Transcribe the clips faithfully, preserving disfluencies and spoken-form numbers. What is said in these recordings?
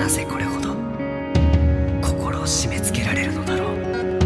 なぜこれほど心を締め付けられるのだろう。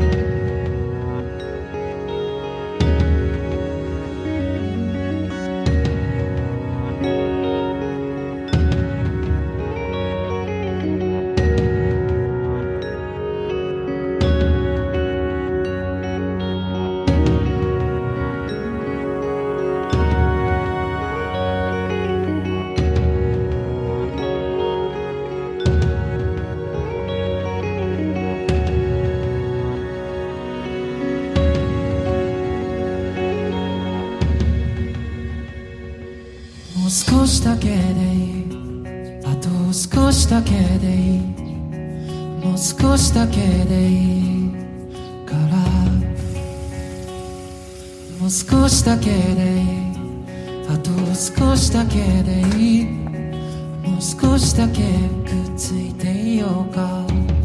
もう少しだけでいい、あと少しだけでいい、もう少しだけでいいから、もう少しだけでいい、あと少しだけでいい、もう少しだけくっついていようか。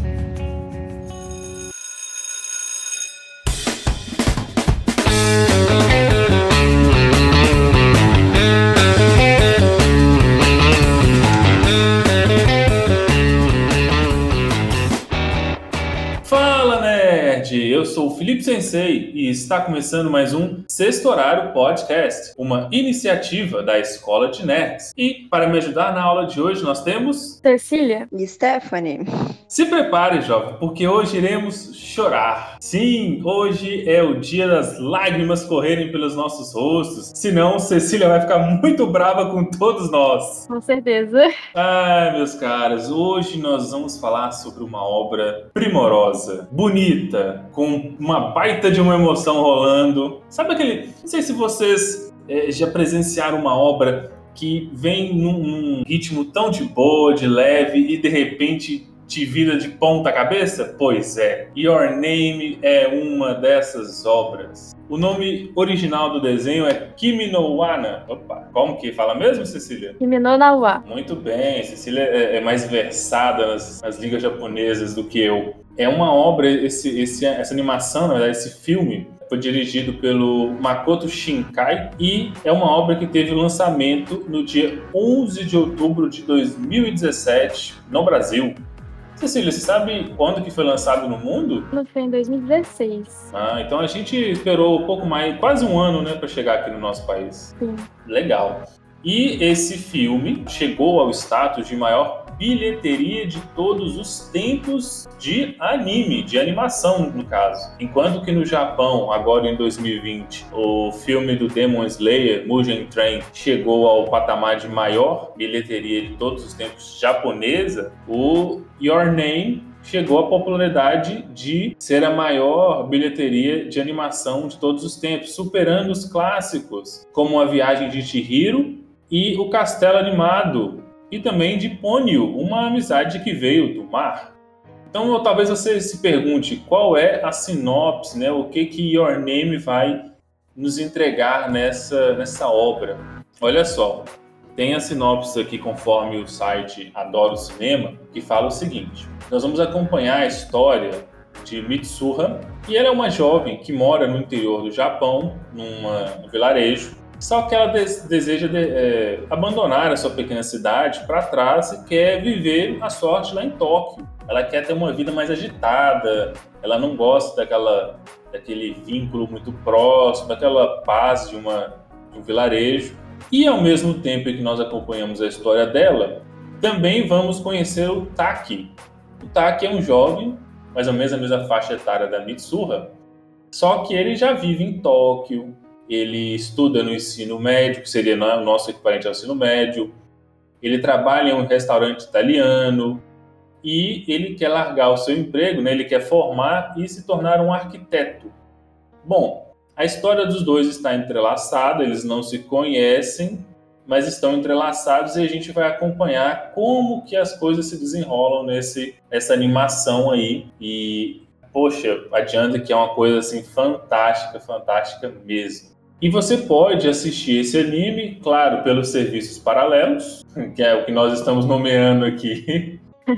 Eu sou o Felipe Sensei e está começando mais um Sexto Horário Podcast, uma iniciativa da Escola de Nerds. E para me ajudar na aula de hoje nós temos... Cecília e Stephanie. Se prepare, jovem, porque hoje iremos chorar. Sim, hoje é o dia das lágrimas correrem pelos nossos rostos. Senão, Cecília vai ficar muito brava com todos nós. Com certeza. Ai, meus caras, hoje nós vamos falar sobre uma obra primorosa, bonita, com uma baita de uma emoção rolando. Sabe aquele... Não sei se vocês é, já presenciaram uma obra que vem num, num ritmo tão de boa, de leve e de repente te vira de ponta cabeça? Pois é, Your Name é uma dessas obras. O nome original do desenho é Kimi no Wana. Opa, como que fala mesmo, Cecília? Kimi no Nawa. Muito bem, Cecília é, é mais versada nas, nas línguas japonesas do que eu. É uma obra, esse, esse, essa animação, na verdade, esse filme, foi dirigido pelo Makoto Shinkai e é uma obra que teve lançamento no dia onze de outubro de dois mil e dezessete, no Brasil. Cecília, você sabe quando que foi lançado no mundo? Foi em dois mil e dezesseis. Ah, então a gente esperou um pouco mais, quase um ano, né, para chegar aqui no nosso país. Sim. Legal. E esse filme chegou ao status de maior bilheteria de todos os tempos de anime, de animação no caso. Enquanto que no Japão, agora em dois mil e vinte, o filme do Demon Slayer, Mugen Train, chegou ao patamar de maior bilheteria de todos os tempos japonesa, o Your Name chegou à popularidade de ser a maior bilheteria de animação de todos os tempos, superando os clássicos, como A Viagem de Chihiro e O Castelo Animado, e também de Ponyo, uma amizade que veio do mar. Então, talvez você se pergunte qual é a sinopse, né? O que que Your Name vai nos entregar nessa, nessa obra. Olha só, tem a sinopse aqui conforme o site Adoro Cinema, que fala o seguinte: nós vamos acompanhar a história de Mitsuha, e ela é uma jovem que mora no interior do Japão, numa, num vilarejo. Só que ela de- deseja de, é, abandonar a sua pequena cidade para trás e quer viver a sorte lá em Tóquio. Ela quer ter uma vida mais agitada, ela não gosta daquela, daquele vínculo muito próximo, daquela paz de, uma, de um vilarejo. E ao mesmo tempo que nós acompanhamos a história dela, também vamos conhecer o Taki. O Taki é um jovem, mais ou menos a mesma faixa etária da Mitsuha, só que ele já vive em Tóquio. Ele estuda no ensino médio, que seria o nosso equivalente ao ensino médio. Ele trabalha em um restaurante italiano e ele quer largar o seu emprego, né? Ele quer formar e se tornar um arquiteto. Bom, a história dos dois está entrelaçada, eles não se conhecem, mas estão entrelaçados e a gente vai acompanhar como que as coisas se desenrolam nesse, nessa animação aí. E, poxa, adianta que é uma coisa assim fantástica, fantástica mesmo. E você pode assistir esse anime, claro, pelos serviços paralelos, que é o que nós estamos nomeando aqui,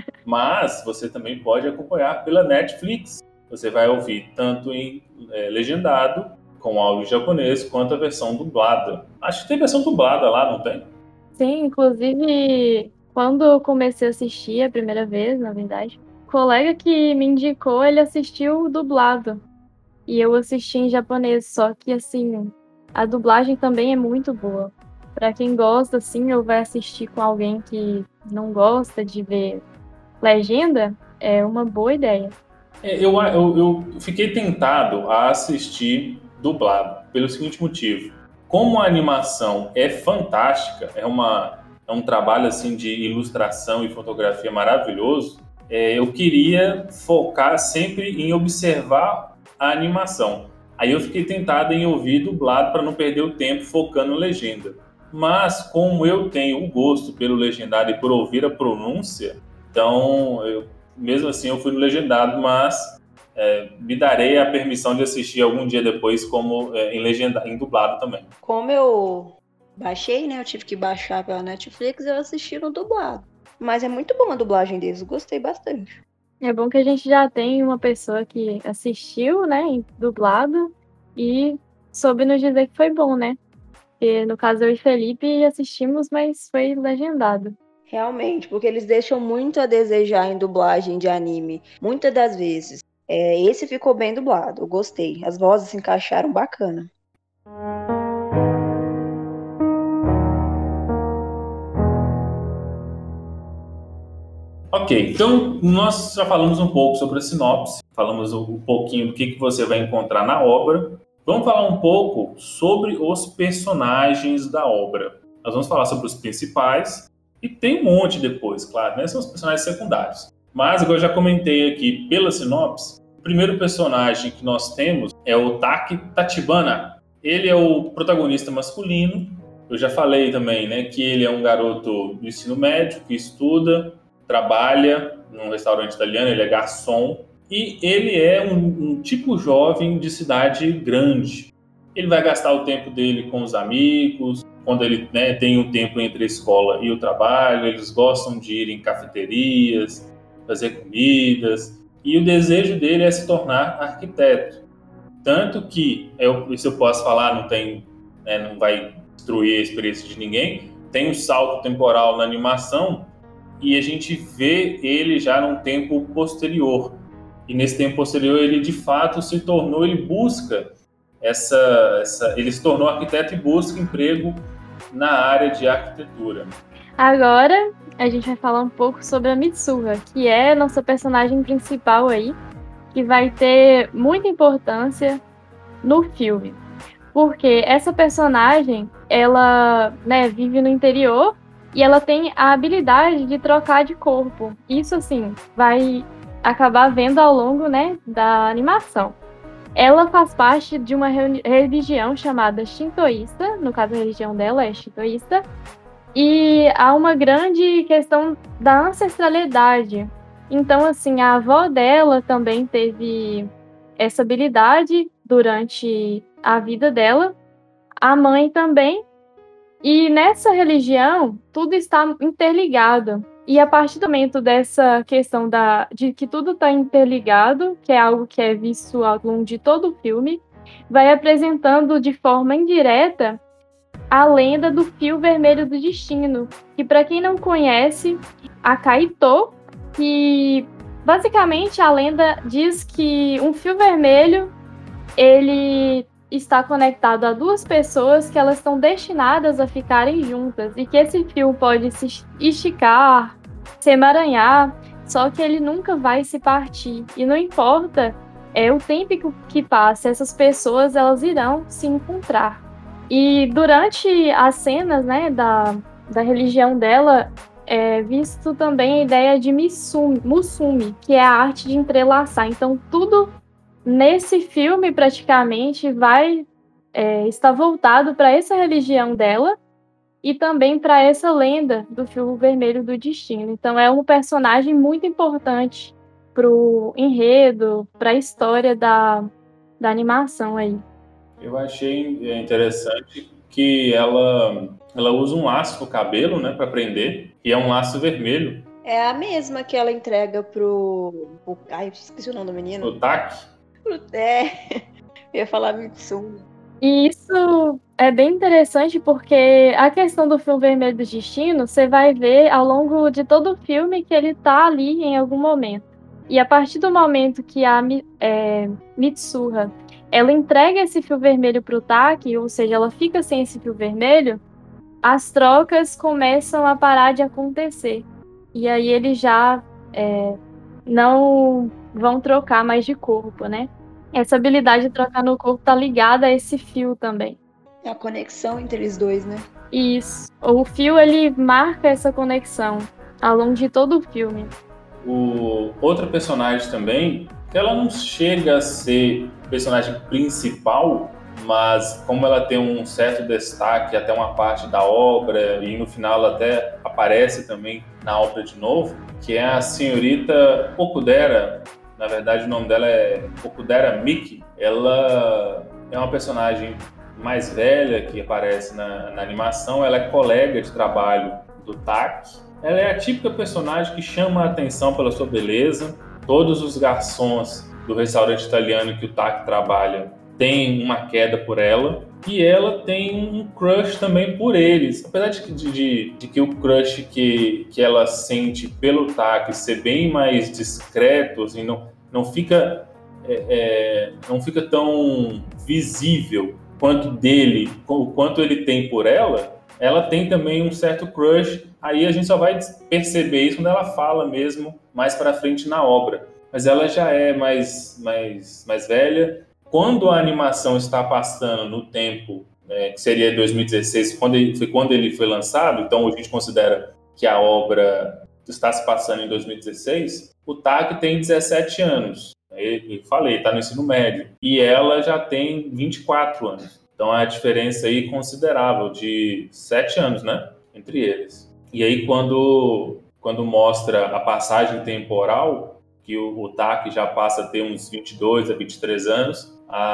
mas você também pode acompanhar pela Netflix. Você vai ouvir tanto em é, legendado, com áudio japonês, quanto a versão dublada. Acho que tem versão dublada lá, não tem? Sim, inclusive quando eu comecei a assistir a primeira vez, na verdade, o colega que me indicou, ele assistiu dublado. E eu assisti em japonês, só que, assim, a dublagem também é muito boa. Pra quem gosta, assim, ou vai assistir com alguém que não gosta de ver legenda, é uma boa ideia. É, eu, eu, eu fiquei tentado a assistir dublado, pelo seguinte motivo. Como a animação é fantástica, é, uma, é um trabalho assim de ilustração e fotografia maravilhoso, é, eu queria focar sempre em observar a animação. Aí eu fiquei tentado em ouvir dublado para não perder o tempo focando na legenda. Mas como eu tenho o gosto pelo legendado e por ouvir a pronúncia, então eu, mesmo assim eu fui no legendado, mas é, me darei a permissão de assistir algum dia depois como é, em legenda, em dublado também. Como eu baixei, né? Eu tive que baixar pela Netflix, eu assisti no dublado. Mas é muito bom a dublagem deles, eu gostei bastante. É bom que a gente já tem uma pessoa que assistiu, né, em dublado e soube nos dizer que foi bom, né? Porque, no caso, eu e Felipe assistimos, mas foi legendado. Realmente, porque eles deixam muito a desejar em dublagem de anime, muitas das vezes. É, esse ficou bem dublado, eu gostei. As vozes se encaixaram bacana. Ok, então nós já falamos um pouco sobre a sinopse, falamos um pouquinho do que, que você vai encontrar na obra. Vamos falar um pouco sobre os personagens da obra. Nós vamos falar sobre os principais e tem um monte depois, claro, né? São os personagens secundários. Mas, igual eu já comentei aqui pela sinopse, o primeiro personagem que nós temos é o Taki Tachibana. Ele é o protagonista masculino. Eu já falei também, né, que ele é um garoto do ensino médio que estuda, trabalha num restaurante italiano, ele é garçom. E ele é um, um tipo jovem de cidade grande. Ele vai gastar o tempo dele com os amigos, quando ele, né, tem um tempo entre a escola e o trabalho, eles gostam de ir em cafeterias, fazer comidas, e o desejo dele é se tornar arquiteto. Tanto que, eu, isso eu posso falar, não, tem, né, não vai destruir a experiência de ninguém, tem um salto temporal na animação e a gente vê ele já num tempo posterior. E nesse tempo posterior ele de fato se tornou, ele busca essa, essa, ele se tornou arquiteto e busca emprego na área de arquitetura. Agora a gente vai falar um pouco sobre a Mitsuha, que é nossa personagem principal aí, que vai ter muita importância no filme. Porque essa personagem, ela, né, vive no interior e ela tem a habilidade de trocar de corpo. Isso, assim, vai acabar vendo ao longo, né, da animação. Ela faz parte de uma religião chamada shintoísta, no caso a religião dela é shintoísta, e há uma grande questão da ancestralidade. Então, assim, a avó dela também teve essa habilidade durante a vida dela, a mãe também, e nessa religião tudo está interligado. E a partir do momento dessa questão da, de que tudo está interligado, que é algo que é visto ao longo de todo o filme, vai apresentando de forma indireta a lenda do fio vermelho do destino, que para quem não conhece, a Kaito, que basicamente a lenda diz que um fio vermelho ele está conectado a duas pessoas que elas estão destinadas a ficarem juntas e que esse fio pode se esticar, se emaranhar, só que ele nunca vai se partir. E não importa é, o tempo que passe, essas pessoas elas irão se encontrar. E durante as cenas, né, da, da religião dela, é visto também a ideia de Misumi, Musumi, que é a arte de entrelaçar. Então, tudo nesse filme, praticamente, vai é, estar voltado para essa religião dela e também para essa lenda do fio vermelho do destino. Então, é um personagem muito importante para o enredo, para a história da, da animação aí. Eu achei interessante que ela, ela usa um laço no cabelo, né, para prender, e é um laço vermelho. É a mesma que ela entrega pro... pro... Ai, esqueci o nome do menino. O Taki. É, eu ia falar Mitsumi. E isso é bem interessante porque a questão do fio vermelho do destino, você vai ver ao longo de todo o filme que ele tá ali em algum momento. E a partir do momento que a é, Mitsuha, ela entrega esse fio vermelho pro Taki, ou seja, ela fica sem esse fio vermelho, as trocas começam a parar de acontecer. E aí eles já é, não vão trocar mais de corpo, né? Essa habilidade de trocar no corpo tá ligada a esse fio também. A conexão entre eles dois, né? Isso. O fio, ele marca essa conexão ao longo de todo o filme. O outra personagem também, que ela não chega a ser personagem principal, mas como ela tem um certo destaque até uma parte da obra e no final ela até aparece também na obra de novo, que é a senhorita Okudera. Na verdade o nome dela é Okudera Miki. Ela é uma personagem mais velha que aparece na, na animação. Ela é colega de trabalho do Taki. Ela é a típica personagem que chama a atenção pela sua beleza. Todos os garçons do restaurante italiano que o Taki trabalha têm uma queda por ela. E ela tem um crush também por eles. Apesar de, de, de que o crush que, que ela sente pelo Taki ser bem mais discreto, assim, não, não, fica, é, é, não fica tão visível quanto dele, o quanto ele tem por ela, ela tem também um certo crush. Aí a gente só vai perceber isso quando ela fala mesmo mais para frente na obra. Mas ela já é mais, mais, mais velha. Quando a animação está passando no tempo, é, que seria dois mil e dezesseis, quando ele, foi quando ele foi lançado, então a gente considera que a obra está se passando em dois mil e dezesseis, o Taki tem dezessete anos. Eu falei, está no ensino médio. E ela já tem vinte e quatro anos. Então é a diferença aí considerável de sete anos, né? Entre eles. E aí quando, quando mostra a passagem temporal, que o, o Taki já passa a ter uns vinte e dois a vinte e três anos,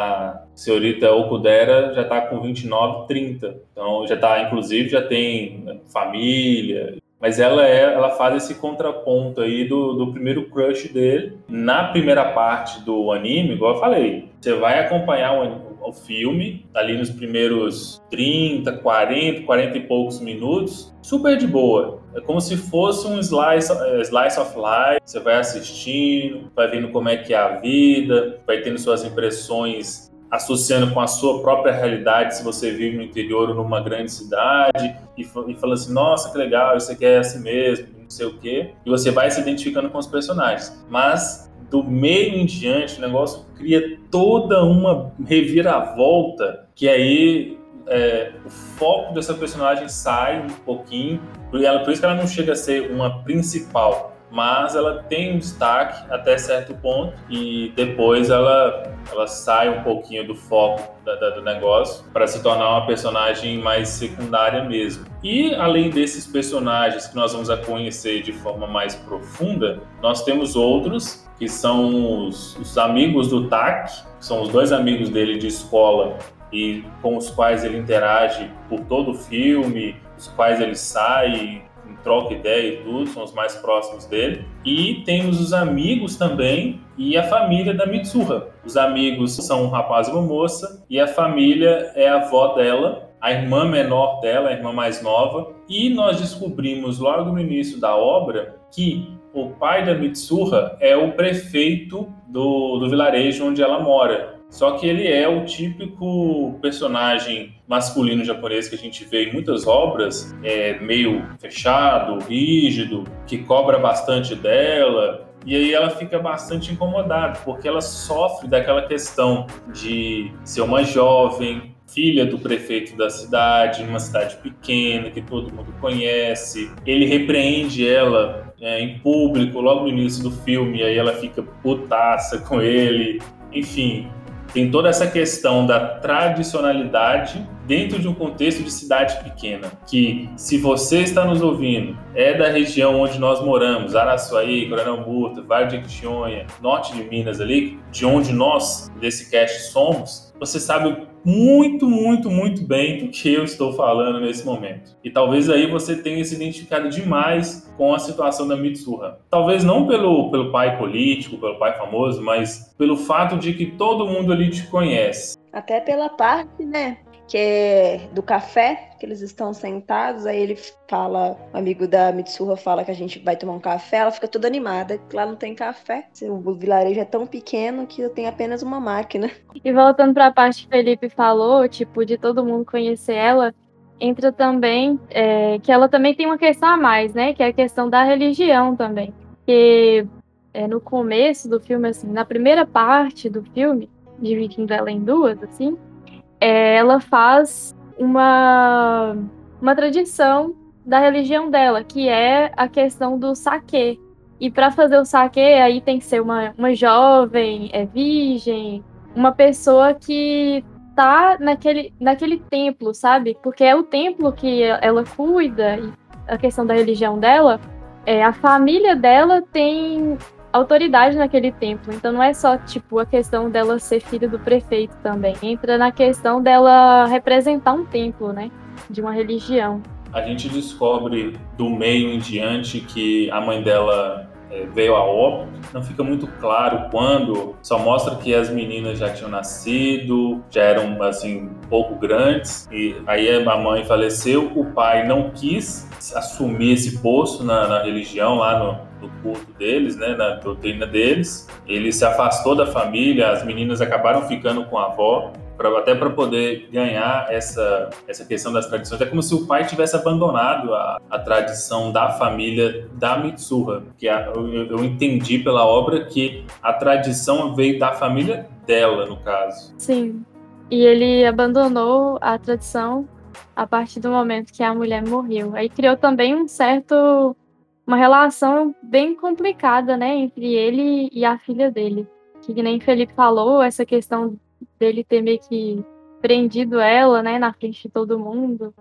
a senhorita Okudera já está com vinte e nove, trinta. Então já está, inclusive, já tem família. Mas ela, é, ela faz esse contraponto aí do, do primeiro crush dele. Na primeira parte do anime, igual eu falei, você vai acompanhar o, o filme, ali nos primeiros trinta, quarenta, quarenta e poucos minutos, super de boa. É como se fosse um slice, uh, slice of life. Você vai assistindo, vai vendo como é que é a vida, vai tendo suas impressões, associando com a sua própria realidade, se você vive no interior ou numa grande cidade, e, e falando assim, nossa, que legal, isso aqui é assim mesmo, não sei o quê, e você vai se identificando com os personagens. Mas, do meio em diante, o negócio cria toda uma reviravolta, que aí é, o foco dessa personagem sai um pouquinho, por, ela, por isso que ela não chega a ser uma principal, mas ela tem um destaque até certo ponto e depois ela, ela sai um pouquinho do foco da, da, do negócio para se tornar uma personagem mais secundária mesmo. E além desses personagens que nós vamos a conhecer de forma mais profunda, nós temos outros que são os, os amigos do Taki, que são os dois amigos dele de escola e com os quais ele interage por todo o filme, os quais ele sai, troca ideia e tudo, são os mais próximos dele. E temos os amigos também e a família da Mitsuha. Os amigos são um rapaz e uma moça e a família é a avó dela, a irmã menor dela, a irmã mais nova. E nós descobrimos logo no início da obra que o pai da Mitsuha é o prefeito do, do vilarejo onde ela mora. Só que ele é o típico personagem masculino japonês que a gente vê em muitas obras, é meio fechado, rígido, que cobra bastante dela. E aí ela fica bastante incomodada, porque ela sofre daquela questão de ser uma jovem, filha do prefeito da cidade, numa cidade pequena, que todo mundo conhece. Ele repreende ela é, em público, logo no início do filme, e aí ela fica putaça com ele. Enfim, tem toda essa questão da tradicionalidade dentro de um contexto de cidade pequena, que se você está nos ouvindo, é da região onde nós moramos, Araçuaí, Coronel Murta, Vale de Jequitinhonha, norte de Minas ali, de onde nós, desse cast, somos, você sabe muito, muito, muito bem do que eu estou falando nesse momento. E talvez aí você tenha se identificado demais com a situação da Mitsuha. Talvez não pelo, pelo pai político, pelo pai famoso, mas pelo fato de que todo mundo ali te conhece. Até pela parte, né, que é do café, que eles estão sentados, aí ele fala, o amigo da Mitsuha fala que a gente vai tomar um café, ela fica toda animada, que lá não tem café. O vilarejo é tão pequeno que tem apenas uma máquina. E voltando para a parte que o Felipe falou, tipo, de todo mundo conhecer ela, entra também é, que ela também tem uma questão a mais, né? Que é a questão da religião também. Porque é, no começo do filme, assim, na primeira parte do filme, dividindo ela em duas, assim, é, ela faz uma, uma tradição da religião dela, que é a questão do saquê. E para fazer o saquê, aí tem que ser uma, uma jovem, é, virgem, uma pessoa que tá naquele, naquele templo, sabe? Porque é o templo que ela cuida, e a questão da religião dela, é, a família dela tem autoridade naquele templo. Então não é só, tipo, a questão dela ser filha do prefeito também. Entra na questão dela representar um templo, né? De uma religião. A gente descobre do meio em diante que a mãe dela é, veio a óbito. Não fica muito claro quando, só mostra que as meninas já tinham nascido, já eram, assim, um pouco grandes, e aí a mãe faleceu, o pai não quis assumir esse posto na, na religião, lá no do culto deles, né, na doutrina deles. Ele se afastou da família, as meninas acabaram ficando com a avó, pra, até para poder ganhar essa, essa questão das tradições. É como se o pai tivesse abandonado a, a tradição da família da Mitsuha, que a, eu, eu entendi pela obra que a tradição veio da família dela, no caso. Sim, e ele abandonou a tradição a partir do momento que a mulher morreu. Aí criou também um certo... uma relação bem complicada, né, entre ele e a filha dele. Que nem o Felipe falou, essa questão dele ter meio que prendido ela, né, na frente de todo mundo.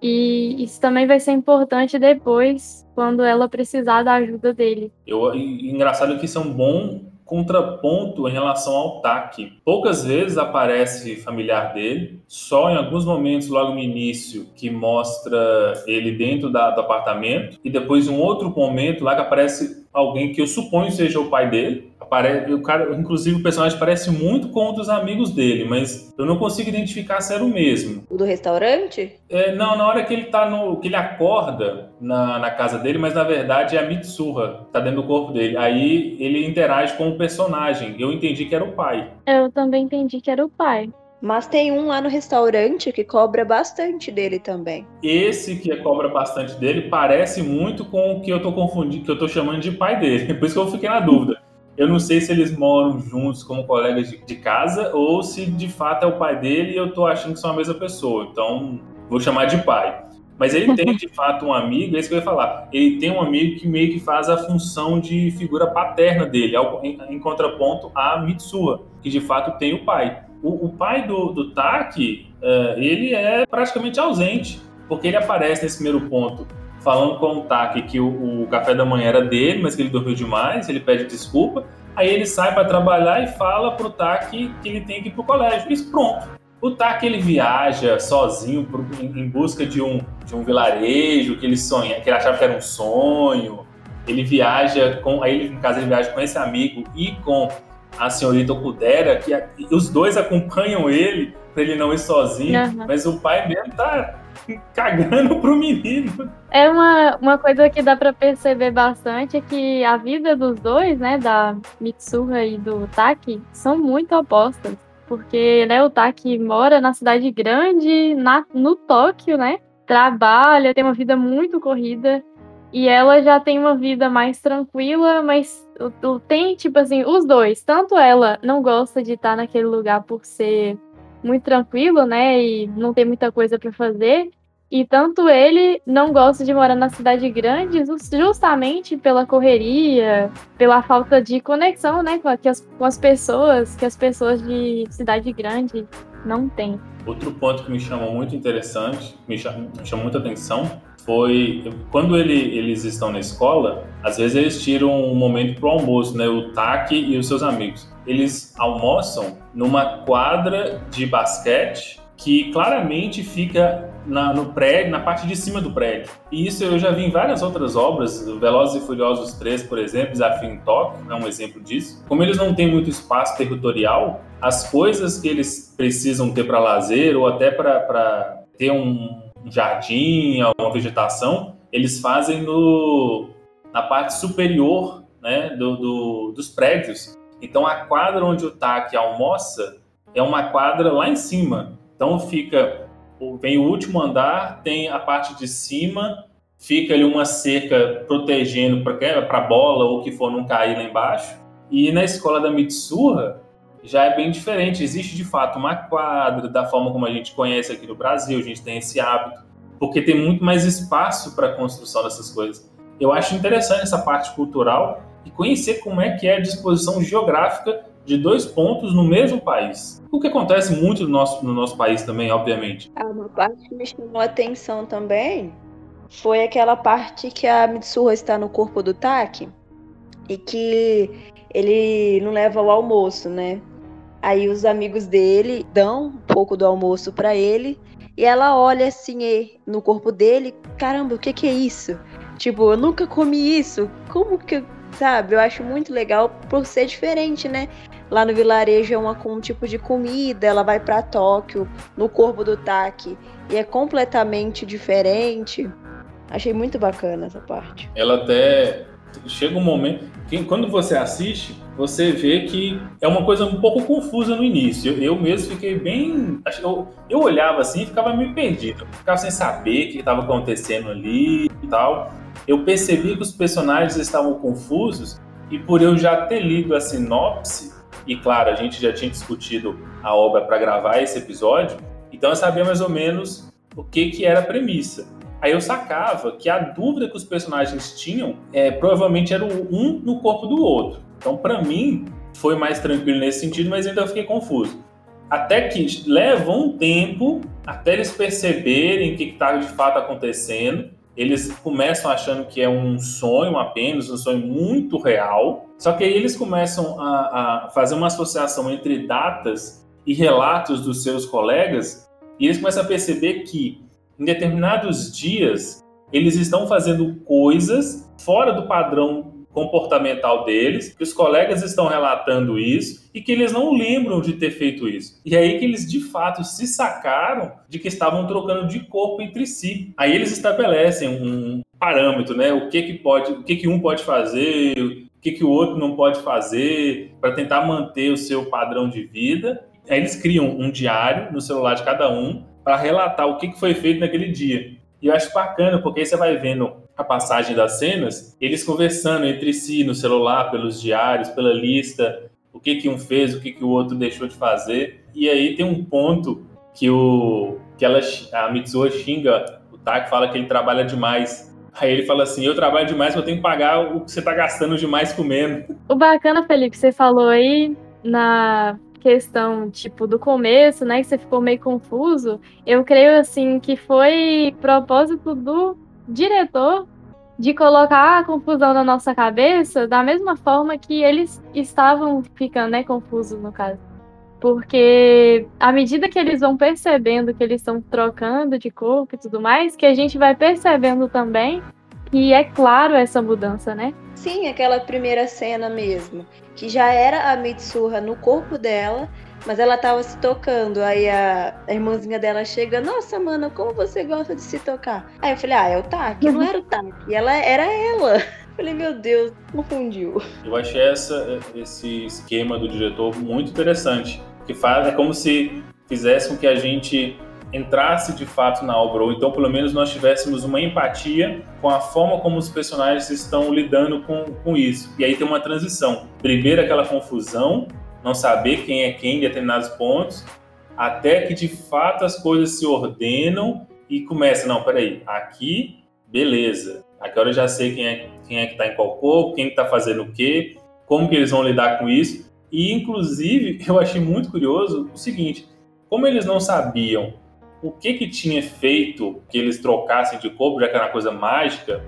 E isso também vai ser importante depois, quando ela precisar da ajuda dele. Eu, engraçado que isso é um bom contraponto em relação ao Taki. Poucas vezes aparece familiar dele, só em alguns momentos logo no início que mostra ele dentro da, do apartamento, e depois um outro momento lá que aparece alguém que eu suponho seja o pai dele. Apare... O cara, inclusive o personagem parece muito com um dos amigos dele, mas eu não consigo identificar se era o mesmo. O do restaurante? É, não, na hora que ele tá no, que ele acorda na, na casa dele, mas na verdade é a Mitsuha, tá dentro do corpo dele. Aí ele interage com o personagem. Eu entendi que era o pai. Eu também entendi que era o pai. Mas tem um lá no restaurante que cobra bastante dele também. Esse que cobra bastante dele parece muito com o que eu tô confundindo, que eu tô chamando de pai dele. Por isso que eu fiquei na dúvida. Eu não sei se eles moram juntos como colegas de, de casa ou se de fato é o pai dele e eu tô achando que são a mesma pessoa. Então, vou chamar de pai. Mas ele tem, de fato, um amigo, é isso que eu ia falar. Ele tem um amigo que meio que faz a função de figura paterna dele, em, em contraponto à Mitsuha, que de fato tem o pai. O, o pai do, do Taki, uh, ele é praticamente ausente, porque ele aparece nesse primeiro ponto falando com o Taki que o, o café da manhã era dele, mas que ele dormiu demais, ele pede desculpa, aí ele sai para trabalhar e fala pro Taki que ele tem que ir pro colégio. Isso, pronto. O Taki, ele viaja sozinho pro, em, em busca de um, de um vilarejo que ele sonha, que ele achava que era um sonho. Ele viaja com, aí no caso ele viaja com esse amigo e com a senhorita Okudera, que a, os dois acompanham ele para ele não ir sozinho, uhum. Mas o pai mesmo tá cagando pro menino. É uma, uma coisa que dá para perceber bastante é que a vida dos dois, né, da Mitsuha e do Taki, são muito opostas. Porque, né, o Taki mora na cidade grande, na, no Tóquio, né? Trabalha, tem uma vida muito corrida. E ela já tem uma vida mais tranquila, mas tem, tipo assim, os dois. Tanto ela não gosta de estar naquele lugar por ser muito tranquilo, né? E não ter muita coisa para fazer. E tanto ele não gosta de morar na cidade grande justamente pela correria, pela falta de conexão, né, com as, com as pessoas, que as pessoas de cidade grande não têm. Outro ponto que me chamou muito interessante, me chamou, me chamou muita atenção, foi quando ele, eles estão na escola, às vezes eles tiram um momento para o almoço, né, o Taki e os seus amigos. Eles almoçam numa quadra de basquete que claramente fica na, no prédio, na parte de cima do prédio. E isso eu já vi em várias outras obras, Velozes e Furiosos três, por exemplo, Desafio em Tóquio é um exemplo disso. Como eles não têm muito espaço territorial, as coisas que eles precisam ter para lazer ou até para ter um jardim, uma vegetação, eles fazem no, na parte superior, né, do, do, dos prédios. Então a quadra onde o Taki almoça é uma quadra lá em cima. Então fica, vem o último andar, tem a parte de cima, fica ali uma cerca protegendo para a bola ou o que for não cair lá embaixo. E na escola da Mitsuha já é bem diferente. Existe de fato uma quadra da forma como a gente conhece aqui no Brasil, a gente tem esse hábito, porque tem muito mais espaço para a construção dessas coisas. Eu acho interessante essa parte cultural e conhecer como é que é a disposição geográfica de dois pontos no mesmo país. O que acontece muito no nosso, no nosso país também, obviamente. Ah, uma parte que me chamou a atenção também foi aquela parte que a Mitsuha está no corpo do Taki e que ele não leva o almoço, né? Aí os amigos dele dão um pouco do almoço para ele e ela olha assim no corpo dele, caramba, o que que é isso? Tipo, eu nunca comi isso, como que, sabe? Eu acho muito legal por ser diferente, né? Lá no vilarejo é uma, um tipo de comida, ela vai para Tóquio, no corpo do Taki, e é completamente diferente. Achei muito bacana essa parte. Ela até... Chega um momento que quando você assiste, você vê que é uma coisa um pouco confusa no início. Eu, eu mesmo fiquei bem... Eu, eu olhava assim e ficava meio perdido. Eu ficava sem saber o que estava acontecendo ali e tal. Eu percebi que os personagens estavam confusos e por eu já ter lido a sinopse, e claro, a gente já tinha discutido a obra para gravar esse episódio, então eu sabia mais ou menos o que, que era a premissa. Aí eu sacava que a dúvida que os personagens tinham é, provavelmente era o um no corpo do outro. Então, para mim, foi mais tranquilo nesse sentido, mas ainda fiquei confuso. Até que leva um tempo até eles perceberem o que está de fato acontecendo. Eles começam achando que é um sonho apenas, um sonho muito real. Só que aí eles começam a, a fazer uma associação entre datas e relatos dos seus colegas e eles começam a perceber que em determinados dias eles estão fazendo coisas fora do padrão comportamental deles, que os colegas estão relatando isso e que eles não lembram de ter feito isso. E é aí que eles de fato se sacaram de que estavam trocando de corpo entre si. Aí eles estabelecem um parâmetro, né? O que que pode, o que que um pode fazer, o que que o outro não pode fazer para tentar manter o seu padrão de vida. Aí eles criam um diário no celular de cada um para relatar o que que foi feito naquele dia. E eu acho bacana, porque aí você vai vendo a passagem das cenas, eles conversando entre si no celular, pelos diários, pela lista, o que que um fez, o que que o outro deixou de fazer. E aí tem um ponto que, o, que ela, a Mitsuha xinga o Taki, fala que ele trabalha demais. Aí ele fala assim, eu trabalho demais, mas eu tenho que pagar o que você tá gastando demais comendo. O bacana, Felipe, você falou aí na questão, tipo, do começo, né, que você ficou meio confuso. Eu creio, assim, que foi propósito do diretor de colocar a confusão na nossa cabeça da mesma forma que eles estavam ficando, né, confusos no caso. Porque à medida que eles vão percebendo que eles estão trocando de corpo e tudo mais, que a gente vai percebendo também que é claro essa mudança, né? Sim, aquela primeira cena mesmo, que já era a Mitsuha no corpo dela, mas ela tava se tocando. Aí a, a irmãzinha dela chega, nossa, mano, como você gosta de se tocar? Aí eu falei, ah, é o Taki, não era o Taki, e ela era ela. Eu falei, meu Deus, confundiu. Eu achei essa, esse esquema do diretor muito interessante, que faz, é como se fizesse com que a gente entrasse de fato na obra, ou então pelo menos nós tivéssemos uma empatia com a forma como os personagens estão lidando com, com isso. E aí tem uma transição. Primeiro aquela confusão, não saber quem é quem em determinados pontos, até que de fato as coisas se ordenam e começa, não, peraí, aqui, beleza. Aqui eu já sei quem é, quem é que está em qual corpo, quem está fazendo o quê, como que eles vão lidar com isso. E inclusive eu achei muito curioso o seguinte, como eles não sabiam o que que tinha feito que eles trocassem de corpo, já que era uma coisa mágica,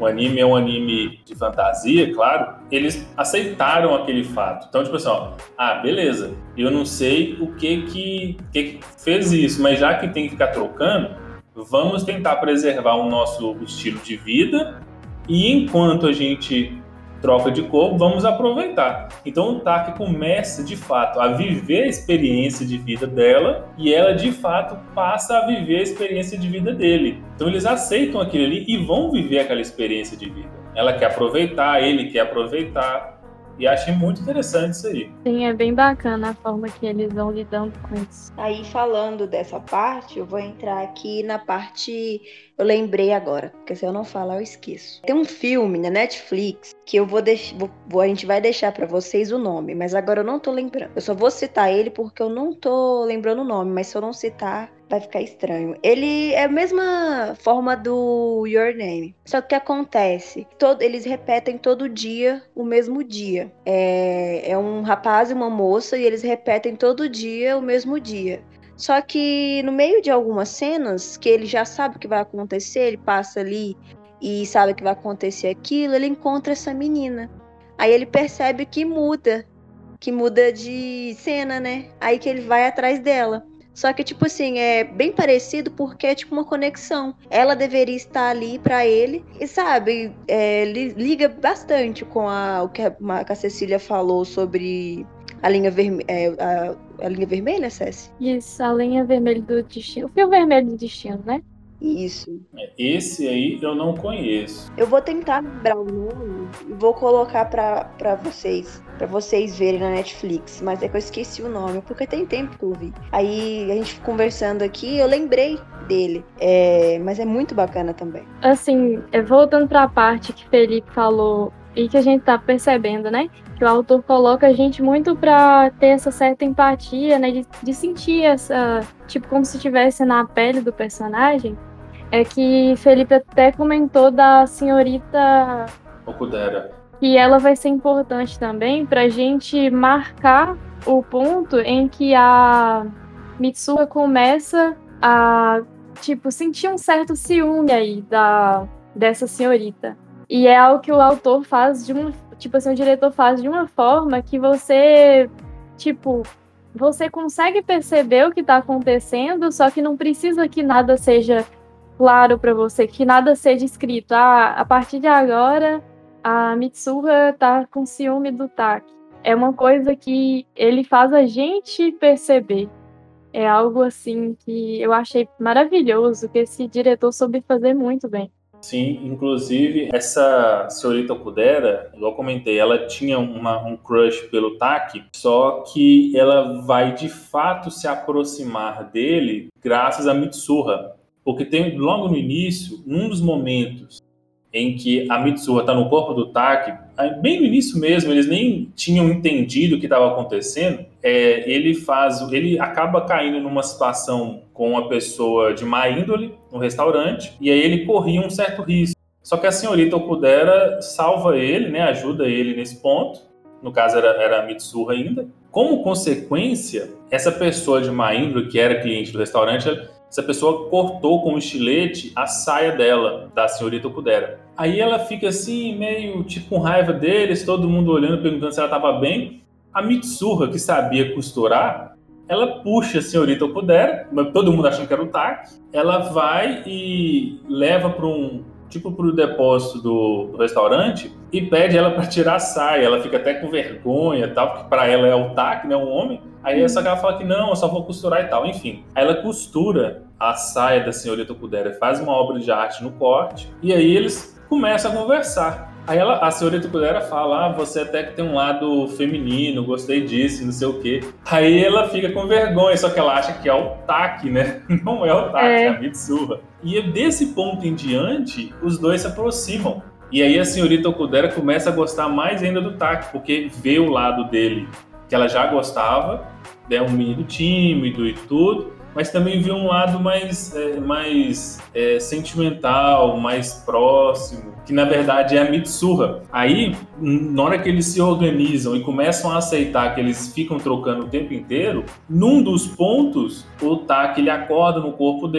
o anime é um anime de fantasia, claro, eles aceitaram aquele fato. Então, tipo assim, ó, ah, beleza, eu não sei o que que, que fez isso, mas já que tem que ficar trocando, vamos tentar preservar o nosso estilo de vida e enquanto a gente troca de corpo, vamos aproveitar. Então o Taki começa, de fato, a viver a experiência de vida dela e ela, de fato, passa a viver a experiência de vida dele. Então eles aceitam aquilo ali e vão viver aquela experiência de vida. Ela quer aproveitar, ele quer aproveitar. E achei muito interessante isso aí. Sim, é bem bacana a forma que eles vão lidando com isso. Aí, falando dessa parte, eu vou entrar aqui na parte... Eu lembrei agora, porque se eu não falar, eu esqueço. Tem um filme na Netflix que eu vou deixar... Vou, a gente vai deixar pra vocês o nome, mas agora eu não tô lembrando. Eu só vou citar ele porque eu não tô lembrando o nome, mas se eu não citar, vai ficar estranho. Ele é a mesma forma do Your Name. Só que o que acontece? Todo, eles repetem todo dia o mesmo dia. É, é um rapaz e uma moça e eles repetem todo dia o mesmo dia. Só que no meio de algumas cenas, que ele já sabe o que vai acontecer, ele passa ali e sabe que vai acontecer aquilo, ele encontra essa menina. Aí ele percebe que muda, que muda de cena, né? Aí que ele vai atrás dela. Só que, tipo assim, é bem parecido porque é tipo uma conexão. Ela deveria estar ali pra ele e, sabe, é, liga bastante com a, o que a, a Cecília falou sobre a linha, verme, é, a, a linha vermelha, Cécia? Isso, a linha vermelha do destino. O fio vermelho do destino, né? Isso. Esse aí eu não conheço. Eu vou tentar lembrar o nome e vou colocar pra, pra vocês, pra vocês verem na Netflix, mas é que eu esqueci o nome, porque tem tempo que eu vi. Aí a gente conversando aqui, eu lembrei dele, é, mas é muito bacana também. Assim, voltando pra parte que Felipe falou e que a gente tá percebendo, né? Que o autor coloca a gente muito pra ter essa certa empatia, né? De, de sentir essa, tipo, como se estivesse na pele do personagem. É que Felipe até comentou da senhorita Okudera. E ela vai ser importante também pra gente marcar o ponto em que a Mitsuha começa a, tipo, sentir um certo ciúme aí da, dessa senhorita. E é algo que o autor faz de uma, tipo assim, o diretor faz de uma forma que você, tipo, você consegue perceber o que tá acontecendo, só que não precisa que nada seja claro para você, que nada seja escrito. Ah, a partir de agora, a Mitsuha tá com ciúme do Taki. É uma coisa que ele faz a gente perceber. É algo assim que eu achei maravilhoso, que esse diretor soube fazer muito bem. Sim, inclusive essa senhorita Okudera, igual eu comentei, ela tinha uma, um crush pelo Taki, só que ela vai de fato se aproximar dele graças a Mitsuha. Porque tem logo no início, num dos momentos em que a Mitsuha está no corpo do Taki, bem no início mesmo, eles nem tinham entendido o que estava acontecendo, é, ele faz, ele acaba caindo numa situação com uma pessoa de má índole no restaurante, e aí ele corria um certo risco. Só que a senhorita Okudera salva ele, né, ajuda ele nesse ponto, no caso era, era a Mitsuha ainda. Como consequência, essa pessoa de má índole, que era cliente do restaurante, essa pessoa cortou com um estilete a saia dela, da senhorita Okudera. Aí ela fica assim, meio tipo com raiva deles, todo mundo olhando, perguntando se ela estava bem. A Mitsuha, que sabia costurar, ela puxa a senhorita Okudera, todo mundo achando que era o Taki, ela vai e leva para um, tipo para o depósito do, do restaurante e pede ela para tirar a saia. Ela fica até com vergonha, tal, porque para ela é o Taki, né, um homem. Aí essa cara fala que não, eu só vou costurar e tal. Enfim, aí ela costura a saia da senhorita Okudera, faz uma obra de arte no corte, e aí eles começam a conversar. Aí ela, a senhorita Okudera fala, ah, você até que tem um lado feminino, gostei disso, não sei o quê. Aí ela fica com vergonha, só que ela acha que é o Taki, né? Não é o Taki, é, é a Mitsuha. E desse ponto em diante, os dois se aproximam. E aí a senhorita Okudera começa a gostar mais ainda do Taki, porque vê o lado dele que ela já gostava, é um menino tímido e tudo, mas também vê um lado mais, é, mais é, sentimental, mais próximo, que na verdade é a Mitsuha. Aí, na hora que eles se organizam e começam a aceitar que eles ficam trocando o tempo inteiro, num dos pontos, o Taki ele acorda no corpo dele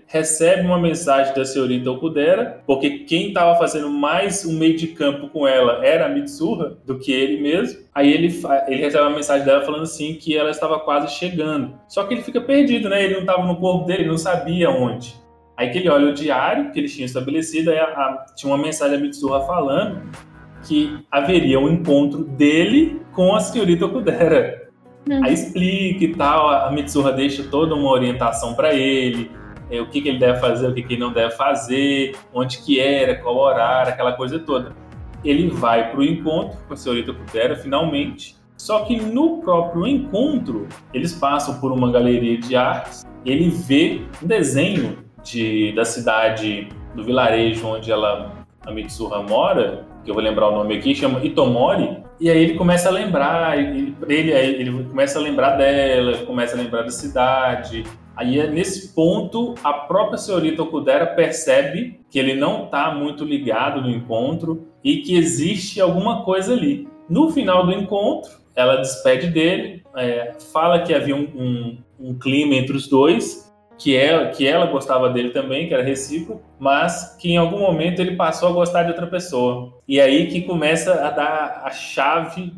recebe uma mensagem da senhorita Okudera, porque quem estava fazendo mais um meio de campo com ela era a Mitsuha do que ele mesmo. Aí ele, ele recebe uma mensagem dela falando assim que ela estava quase chegando. Só que ele fica perdido, né? Ele não estava no corpo dele, ele não sabia onde. Aí que ele olha o diário que eles tinham estabelecido, aí a, a, tinha uma mensagem da Mitsuha falando que haveria um encontro dele com a senhorita Okudera. Uhum. Aí explica e tal, a Mitsuha deixa toda uma orientação para ele, é, o que, que ele deve fazer, o que, que ele não deve fazer, onde que era, qual horário, aquela coisa toda. Ele vai para o encontro com a senhorita Okudera, finalmente, só que no próprio encontro, eles passam por uma galeria de artes, ele vê um desenho de, da cidade, do vilarejo onde ela, a Mitsuha mora, que eu vou lembrar o nome aqui, chama Itomori, e aí ele começa a lembrar, ele, ele, ele começa a lembrar dela, começa a lembrar da cidade. Aí é nesse ponto, a própria senhorita Okudera percebe que ele não está muito ligado no encontro e que existe alguma coisa ali. No final do encontro, ela despede dele, é, fala que havia um, um, um clima entre os dois, que ela, que ela gostava dele também, que era recíproco, mas que em algum momento ele passou a gostar de outra pessoa. E aí que começa a dar a chave,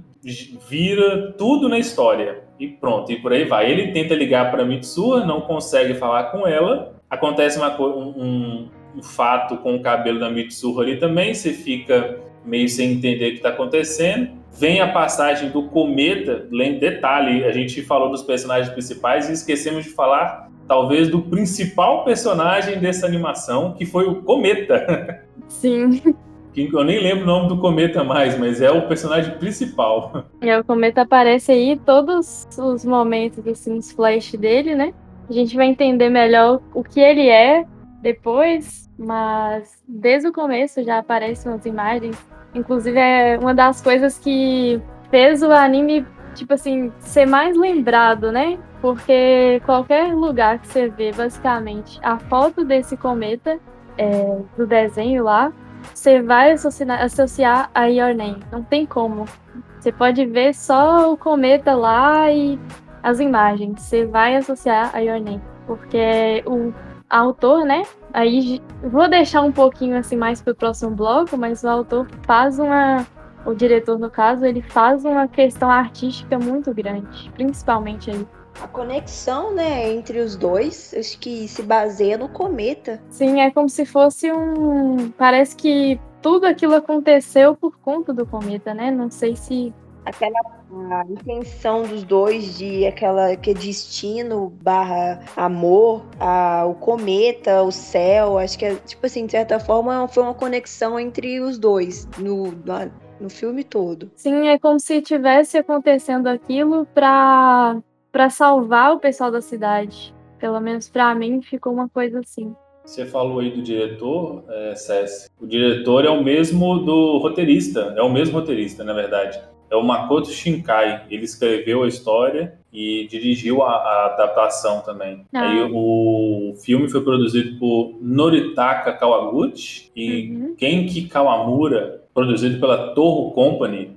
vira tudo na história. E pronto, e por aí vai. Ele tenta ligar para Mitsuha, não consegue falar com ela. Acontece uma, um, um fato com o cabelo da Mitsuha ali também, você fica meio sem entender o que está acontecendo. Vem a passagem do cometa, detalhe, a gente falou dos personagens principais e esquecemos de falar talvez do principal personagem dessa animação, que foi o Cometa. Sim. Eu nem lembro o nome do Cometa mais, mas é o personagem principal. É, o Cometa aparece aí todos os momentos, assim, os flash dele, né? A gente vai entender melhor o que ele é depois, mas desde o começo já aparecem umas imagens. Inclusive, é uma das coisas que fez o anime, tipo assim, ser mais lembrado, né? Porque qualquer lugar que você vê, basicamente, a foto desse cometa, é, do desenho lá, você vai associar, associar a Your Name. Não tem como. Você pode ver só o cometa lá e as imagens. Você vai associar a Your Name. Porque o autor, né? Aí vou deixar um pouquinho assim mais pro próximo bloco, mas o autor faz uma... O diretor, no caso, ele faz uma questão artística muito grande. Principalmente aí. A conexão, né, entre os dois, acho que se baseia no cometa. Sim, é como se fosse um... Parece que tudo aquilo aconteceu por conta do cometa, né? Não sei se... Aquela a intenção dos dois de aquela que é destino barra amor, a, o cometa, o céu, acho que é, tipo assim, de certa forma, foi uma conexão entre os dois no, no, no filme todo. Sim, é como se tivesse acontecendo aquilo pra... para salvar o pessoal da cidade. Pelo menos para mim ficou uma coisa assim. Você falou aí do diretor, é, César. O diretor é o mesmo do roteirista, é o mesmo roteirista, na verdade. É o Makoto Shinkai. Ele escreveu a história e dirigiu a, a adaptação também. Ah. Aí o filme foi produzido por Noritaka Kawaguchi e uhum. Genki Kawamura, produzido pela Toho Company.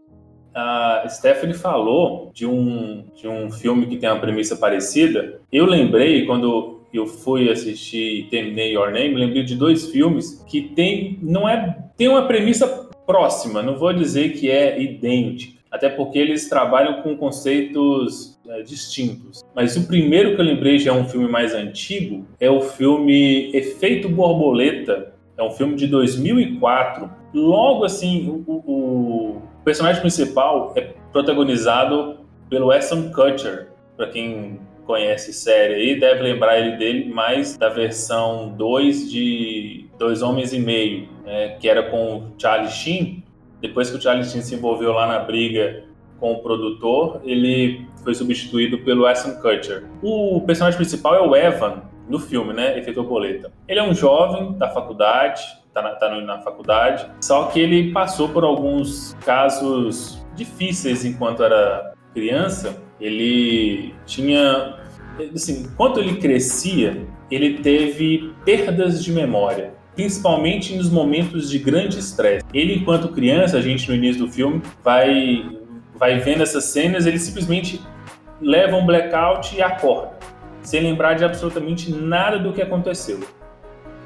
A Stephanie falou de um, de um filme que tem uma premissa parecida. Eu lembrei, quando eu fui assistir e terminei Your Name, lembrei de dois filmes que tem, não é, tem uma premissa próxima, não vou dizer que é idêntica, até porque eles trabalham com conceitos é, distintos. Mas o primeiro que eu lembrei, já é um filme mais antigo, é o filme Efeito Borboleta. É um filme de dois mil e quatro. Logo assim, o, o O personagem principal é protagonizado pelo Ashton Kutcher. Para quem conhece série aí, deve lembrar ele dele mais da versão dois de Dois Homens e Meio, né, que era com o Charlie Sheen. Depois que o Charlie Sheen se envolveu lá na briga com o produtor, ele foi substituído pelo Ashton Kutcher. O personagem principal é o Evan, no filme, né, Efeito Borboleta. Ele é um jovem da faculdade, tá na, tá na faculdade, só que ele passou por alguns casos difíceis enquanto era criança. Ele tinha, assim, enquanto ele crescia, ele teve perdas de memória, principalmente nos momentos de grande estresse. Ele, enquanto criança, a gente no início do filme vai, vai vendo essas cenas, ele simplesmente leva um blackout e acorda, sem lembrar de absolutamente nada do que aconteceu.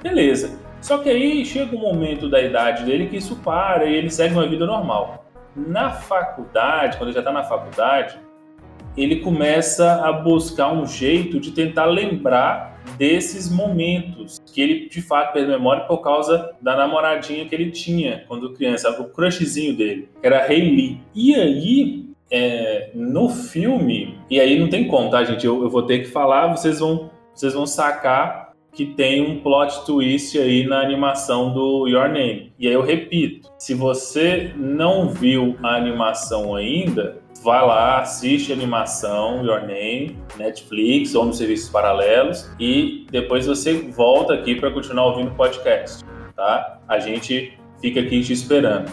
Beleza. Só que aí chega um momento da idade dele que isso para e ele segue uma vida normal. Na faculdade, quando ele já está na faculdade, ele começa a buscar um jeito de tentar lembrar desses momentos que ele de fato perdeu a memória por causa da namoradinha que ele tinha quando criança, o crushzinho dele, que era Hayley. E aí, é, no filme, e aí não tem como, tá, gente? Eu, eu vou ter que falar, vocês vão, vocês vão sacar que tem um plot twist aí na animação do Your Name. E aí eu repito, se você não viu a animação ainda, vai lá, assiste a animação Your Name, Netflix ou nos serviços paralelos e depois você volta aqui para continuar ouvindo o podcast, tá? A gente fica aqui te esperando.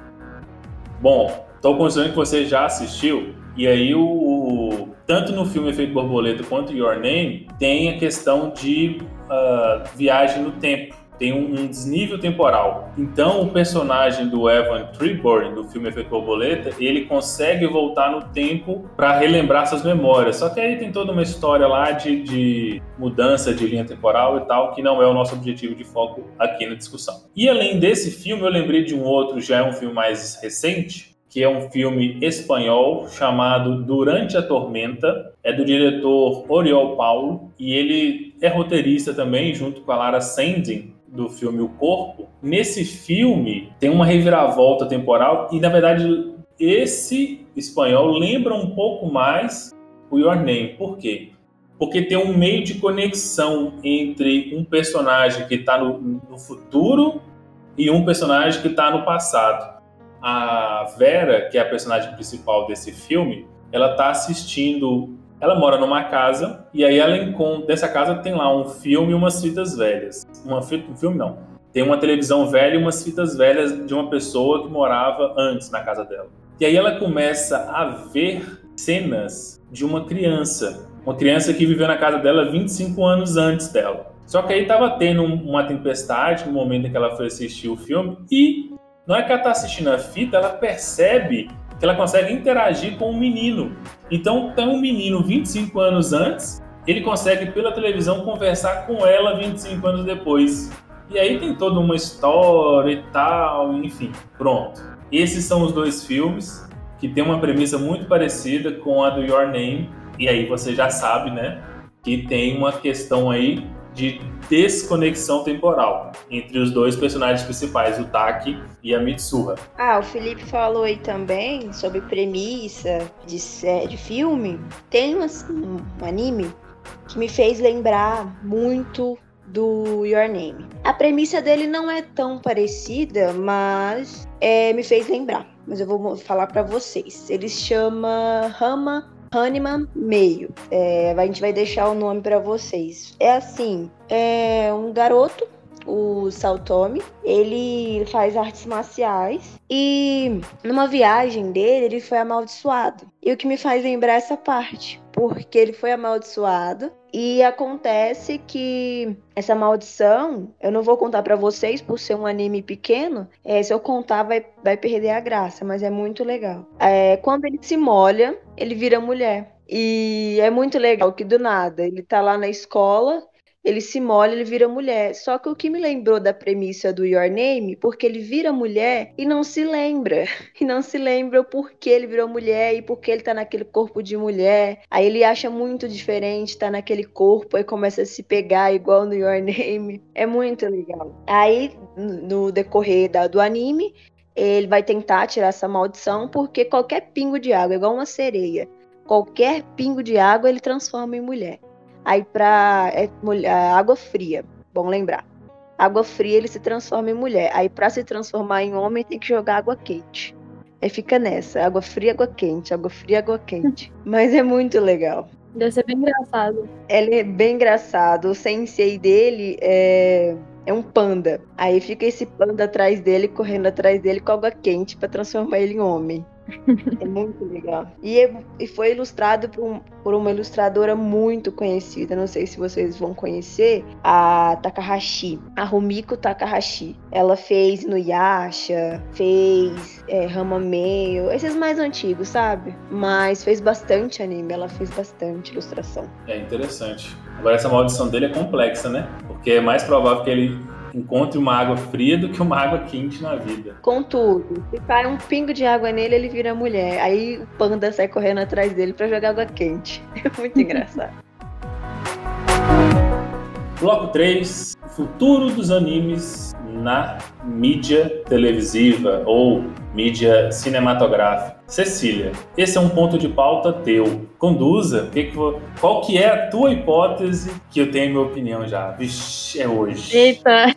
Bom, estou considerando que você já assistiu e aí o, o tanto no filme Efeito Borboleta quanto Your Name tem a questão de uh, viagem no tempo. Tem um, um desnível temporal. Então, o personagem do Evan Treborn, do filme Efeito Borboleta, ele consegue voltar no tempo para relembrar suas memórias. Só que aí tem toda uma história lá de, de mudança de linha temporal e tal, que não é o nosso objetivo de foco aqui na discussão. E além desse filme, eu lembrei de um outro, já é um filme mais recente, que é um filme espanhol chamado Durante a Tormenta. É do diretor Oriol Paulo e ele é roteirista também, junto com a Lara Sandin, do filme O Corpo. Nesse filme tem uma reviravolta temporal e, na verdade, esse espanhol lembra um pouco mais o Your Name. Por quê? Porque tem um meio de conexão entre um personagem que está no, no futuro e um personagem que está no passado. A Vera, que é a personagem principal desse filme, ela está assistindo... Ela mora numa casa e aí ela encontra... Dessa casa tem lá um filme e umas fitas velhas. Uma fita, um filme não. Tem uma televisão velha e umas fitas velhas de uma pessoa que morava antes na casa dela. E aí ela começa a ver cenas de uma criança. Uma criança que viveu na casa dela vinte e cinco anos antes dela. Só que aí estava tendo uma tempestade no momento em que ela foi assistir o filme e na hora que ela está assistindo a fita, ela percebe que ela consegue interagir com um menino. Então, tem um menino vinte e cinco anos antes, ele consegue, pela televisão, conversar com ela vinte e cinco anos depois. E aí tem toda uma história e tal, enfim, pronto. Esses são os dois filmes que tem uma premissa muito parecida com a do Your Name. E aí você já sabe, né, que tem uma questão aí de desconexão temporal entre os dois personagens principais, o Taki e a Mitsuha. Ah, o Felipe falou aí também sobre premissa de, série, de filme. Tem um, um anime que me fez lembrar muito do Your Name. A premissa dele não é tão parecida, mas é, me fez lembrar. Mas eu vou falar pra vocês. Ele se chama Rama Hanima Meio. É, a gente vai deixar o nome pra vocês. É assim, é um garoto, o Saotome, ele faz artes marciais e numa viagem dele ele foi amaldiçoado. E o que me faz lembrar essa parte, porque ele foi amaldiçoado e acontece que essa maldição, eu não vou contar pra vocês por ser um anime pequeno, é, se eu contar vai, vai perder a graça, mas é muito legal. É, quando ele se molha, ele vira mulher. E é muito legal que do nada, ele tá lá na escola, ele se molha, ele vira mulher. Só que o que me lembrou da premissa do Your Name, porque ele vira mulher e não se lembra. E não se lembra o porquê ele virou mulher e porquê ele tá naquele corpo de mulher. Aí ele acha muito diferente, tá naquele corpo, aí começa a se pegar igual no Your Name. É muito legal. Aí, no decorrer da, do anime, ele vai tentar tirar essa maldição, porque qualquer pingo de água, igual uma sereia, qualquer pingo de água ele transforma em mulher. Aí pra é, mulher, água fria, bom lembrar. Água fria ele se transforma em mulher. Aí pra se transformar em homem tem que jogar água quente. Aí fica nessa, água fria, água quente, água fria, água quente. Mas é muito legal. Deve ser bem engraçado. Ele é bem engraçado. O sensei dele é, é um panda. Aí fica esse panda atrás dele, correndo atrás dele com água quente pra transformar ele em homem. É muito legal. E, é, e foi ilustrado por, um, por uma ilustradora muito conhecida. Não sei se vocês vão conhecer, a Takahashi, a Rumiko Takahashi. Ela fez Inuyasha, fez é, Rama Meio, esses mais antigos, sabe? Mas fez bastante anime, ela fez bastante ilustração. É interessante. Agora essa maldição dele é complexa, né? Porque Porque é mais provável que ele encontre uma água fria do que uma água quente na vida. Contudo, se cai um pingo de água nele, ele vira mulher. Aí o panda sai correndo atrás dele pra jogar água quente. É muito engraçado. Bloco três. Futuro dos animes na mídia televisiva ou mídia cinematográfica. Cecília, esse é um ponto de pauta teu. Conduza. Que que, qual que é a tua hipótese? Que eu tenho minha opinião já. Vixe, é hoje. Eita!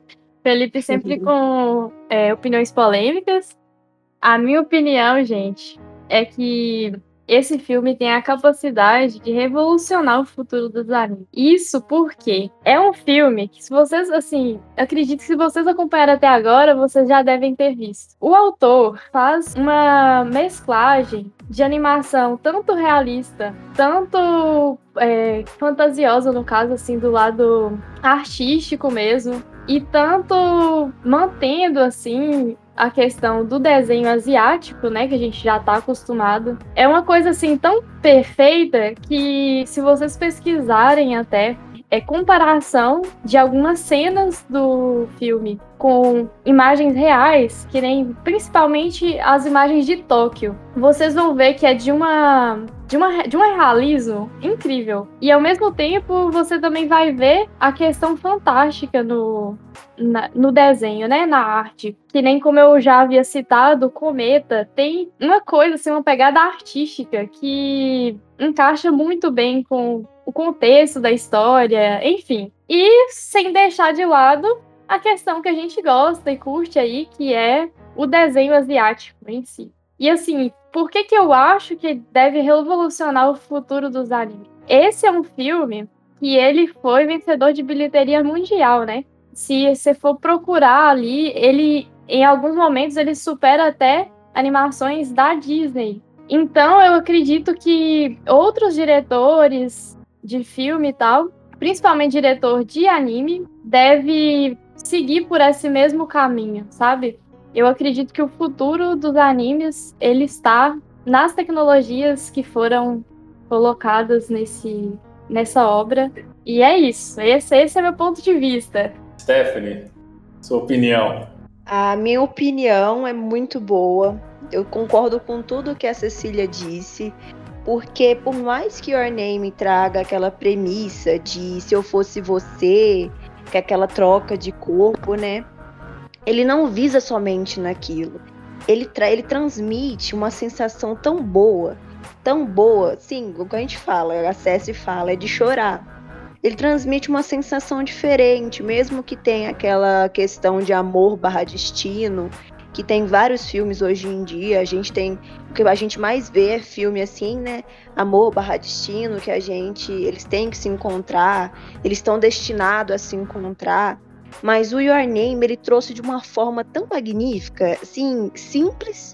Felipe sempre com é, opiniões polêmicas. A minha opinião, gente, é que esse filme tem a capacidade de revolucionar o futuro dos animes. Isso porque é um filme que, se vocês, assim, acredito que se vocês acompanharam até agora, vocês já devem ter visto. O autor faz uma mesclagem de animação tanto realista, tanto é, fantasiosa, no caso, assim, do lado artístico mesmo, e tanto mantendo, assim, a questão do desenho asiático, né, que a gente já tá acostumado. É uma coisa, assim, tão perfeita que, se vocês pesquisarem até, é comparação de algumas cenas do filme com imagens reais, que nem principalmente as imagens de Tóquio. Vocês vão ver que é de uma de uma de um realismo incrível. E ao mesmo tempo você também vai ver a questão fantástica no na, no desenho, né, na arte. Que nem como eu já havia citado, o Cometa tem uma coisa assim, uma pegada artística que encaixa muito bem com o contexto da história, enfim. E sem deixar de lado a questão que a gente gosta e curte aí, que é o desenho asiático em si. E assim, por que que eu acho que deve revolucionar o futuro dos animes? Esse é um filme que ele foi vencedor de bilheteria mundial, né? Se você for procurar ali, ele, em alguns momentos, ele supera até animações da Disney. Então, eu acredito que outros diretores de filme e tal, principalmente diretor de anime, deve seguir por esse mesmo caminho, sabe? Eu acredito que o futuro dos animes, ele está nas tecnologias que foram colocadas nesse, nessa obra. E é isso. Esse, esse é meu ponto de vista. Stephanie, sua opinião. A minha opinião é muito boa. Eu concordo com tudo que a Cecília disse. Porque por mais que Your Name traga aquela premissa de se eu fosse você, que é aquela troca de corpo, né? Ele não visa somente naquilo. Ele, tra- ele transmite uma sensação tão boa, tão boa, sim, o que a gente fala, a Ceci fala, é de chorar. Ele transmite uma sensação diferente, mesmo que tenha aquela questão de amor barra destino, que tem vários filmes hoje em dia. A gente tem, o que a gente mais vê é filme assim, né? Amor barra destino, que a gente, eles têm que se encontrar, eles estão destinados a se encontrar. Mas o Your Name, ele trouxe de uma forma tão magnífica, assim, simples,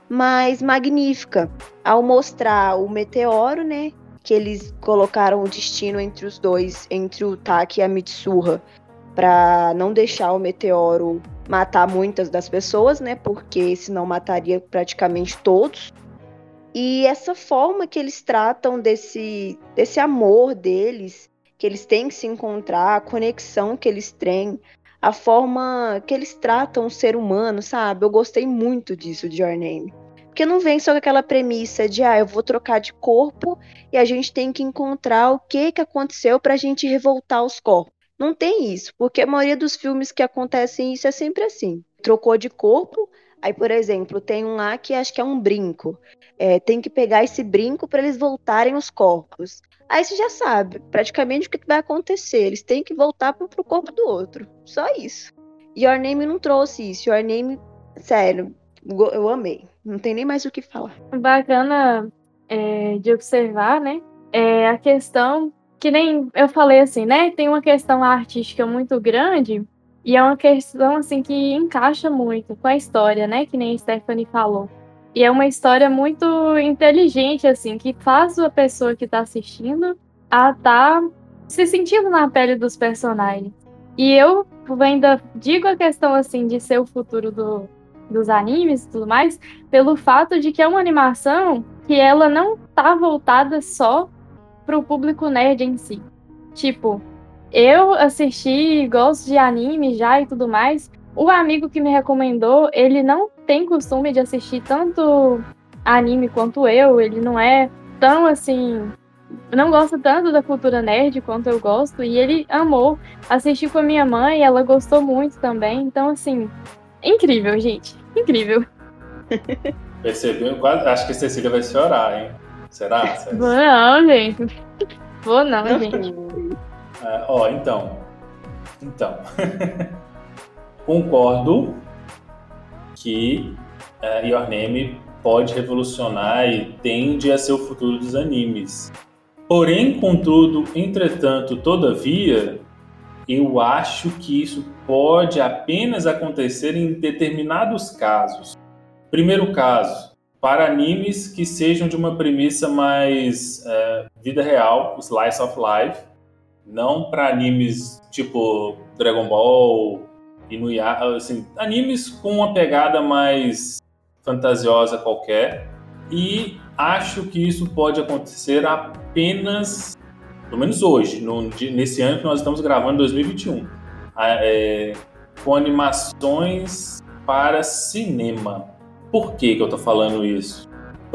mas magnífica, ao mostrar o meteoro, né? Que eles colocaram o destino entre os dois, entre o Taki e a Mitsuha, para não deixar o meteoro matar muitas das pessoas, né? Porque senão mataria praticamente todos. E essa forma que eles tratam desse, desse amor deles, que eles têm que se encontrar, a conexão que eles têm, a forma que eles tratam o ser humano, sabe? Eu gostei muito disso de Your Name. Porque não vem só com aquela premissa de, ah, eu vou trocar de corpo e a gente tem que encontrar o que, que aconteceu pra gente revoltar os corpos. Não tem isso, porque a maioria dos filmes que acontecem isso é sempre assim. Trocou de corpo, aí, por exemplo, tem um lá que acho que é um brinco. É, tem que pegar esse brinco para eles voltarem os corpos. Aí você já sabe praticamente o que vai acontecer. Eles têm que voltar pro, pro corpo do outro. Só isso. Your Name não trouxe isso. Your Name, sério, eu amei. Não tem nem mais o que falar. Bacana é, de observar, né? É a questão que nem eu falei assim, né? Tem uma questão artística muito grande e é uma questão assim que encaixa muito com a história, né? Que nem a Stephanie falou. E é uma história muito inteligente, assim, que faz a pessoa que tá assistindo a tá se sentindo na pele dos personagens. E eu ainda digo a questão, assim, de ser o futuro do, dos animes e tudo mais, pelo fato de que é uma animação que ela não tá voltada só pro público nerd em si. Tipo, eu assisti, gosto de anime já e tudo mais. O amigo que me recomendou, ele não tem costume de assistir tanto anime quanto eu. Ele não é tão assim... não gosta tanto da cultura nerd quanto eu gosto. E ele amou. Assistir com a minha mãe, ela gostou muito também. Então, assim, incrível, gente. Incrível. Percebeu? Quase, acho que a Cecília vai chorar, hein? Será? Cecília? Vou não, gente. Vou não, gente. É, ó, então. Então. Concordo que uh, Your Name pode revolucionar e tende a ser o futuro dos animes. Porém, contudo, entretanto, todavia, eu acho que isso pode apenas acontecer em determinados casos. Primeiro caso, para animes que sejam de uma premissa mais uh, vida real, slice of life, não para animes tipo Dragon Ball, Inuyasha, assim, animes com uma pegada mais fantasiosa qualquer. E acho que isso pode acontecer apenas, pelo menos hoje, no, nesse ano que nós estamos gravando, dois mil e vinte e um, é, com animações para cinema. Por que que eu estou falando isso?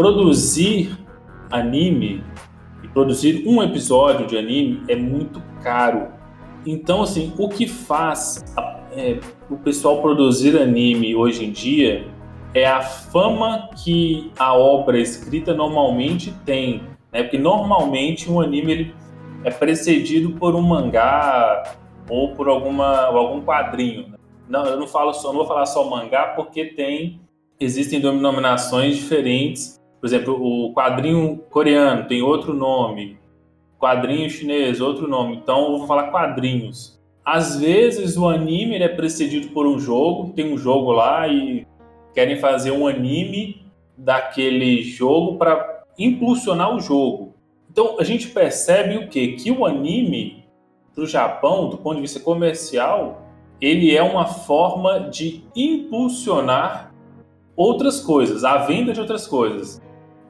Produzir anime e produzir um episódio de anime é muito caro. Então, assim, o que faz é, o pessoal produzir anime hoje em dia é a fama que a obra escrita normalmente tem, né? Porque normalmente um anime ele é precedido por um mangá ou por alguma, ou algum quadrinho. Né? Não, eu não falo só, não vou falar só mangá porque tem, existem denominações diferentes. Por exemplo, o quadrinho coreano tem outro nome, quadrinho chinês outro nome. Então eu vou falar quadrinhos. Às vezes o anime ele é precedido por um jogo, tem um jogo lá e querem fazer um anime daquele jogo para impulsionar o jogo. Então a gente percebe o quê? Que o anime para o Japão, do ponto de vista comercial, ele é uma forma de impulsionar outras coisas, a venda de outras coisas.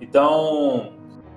Então,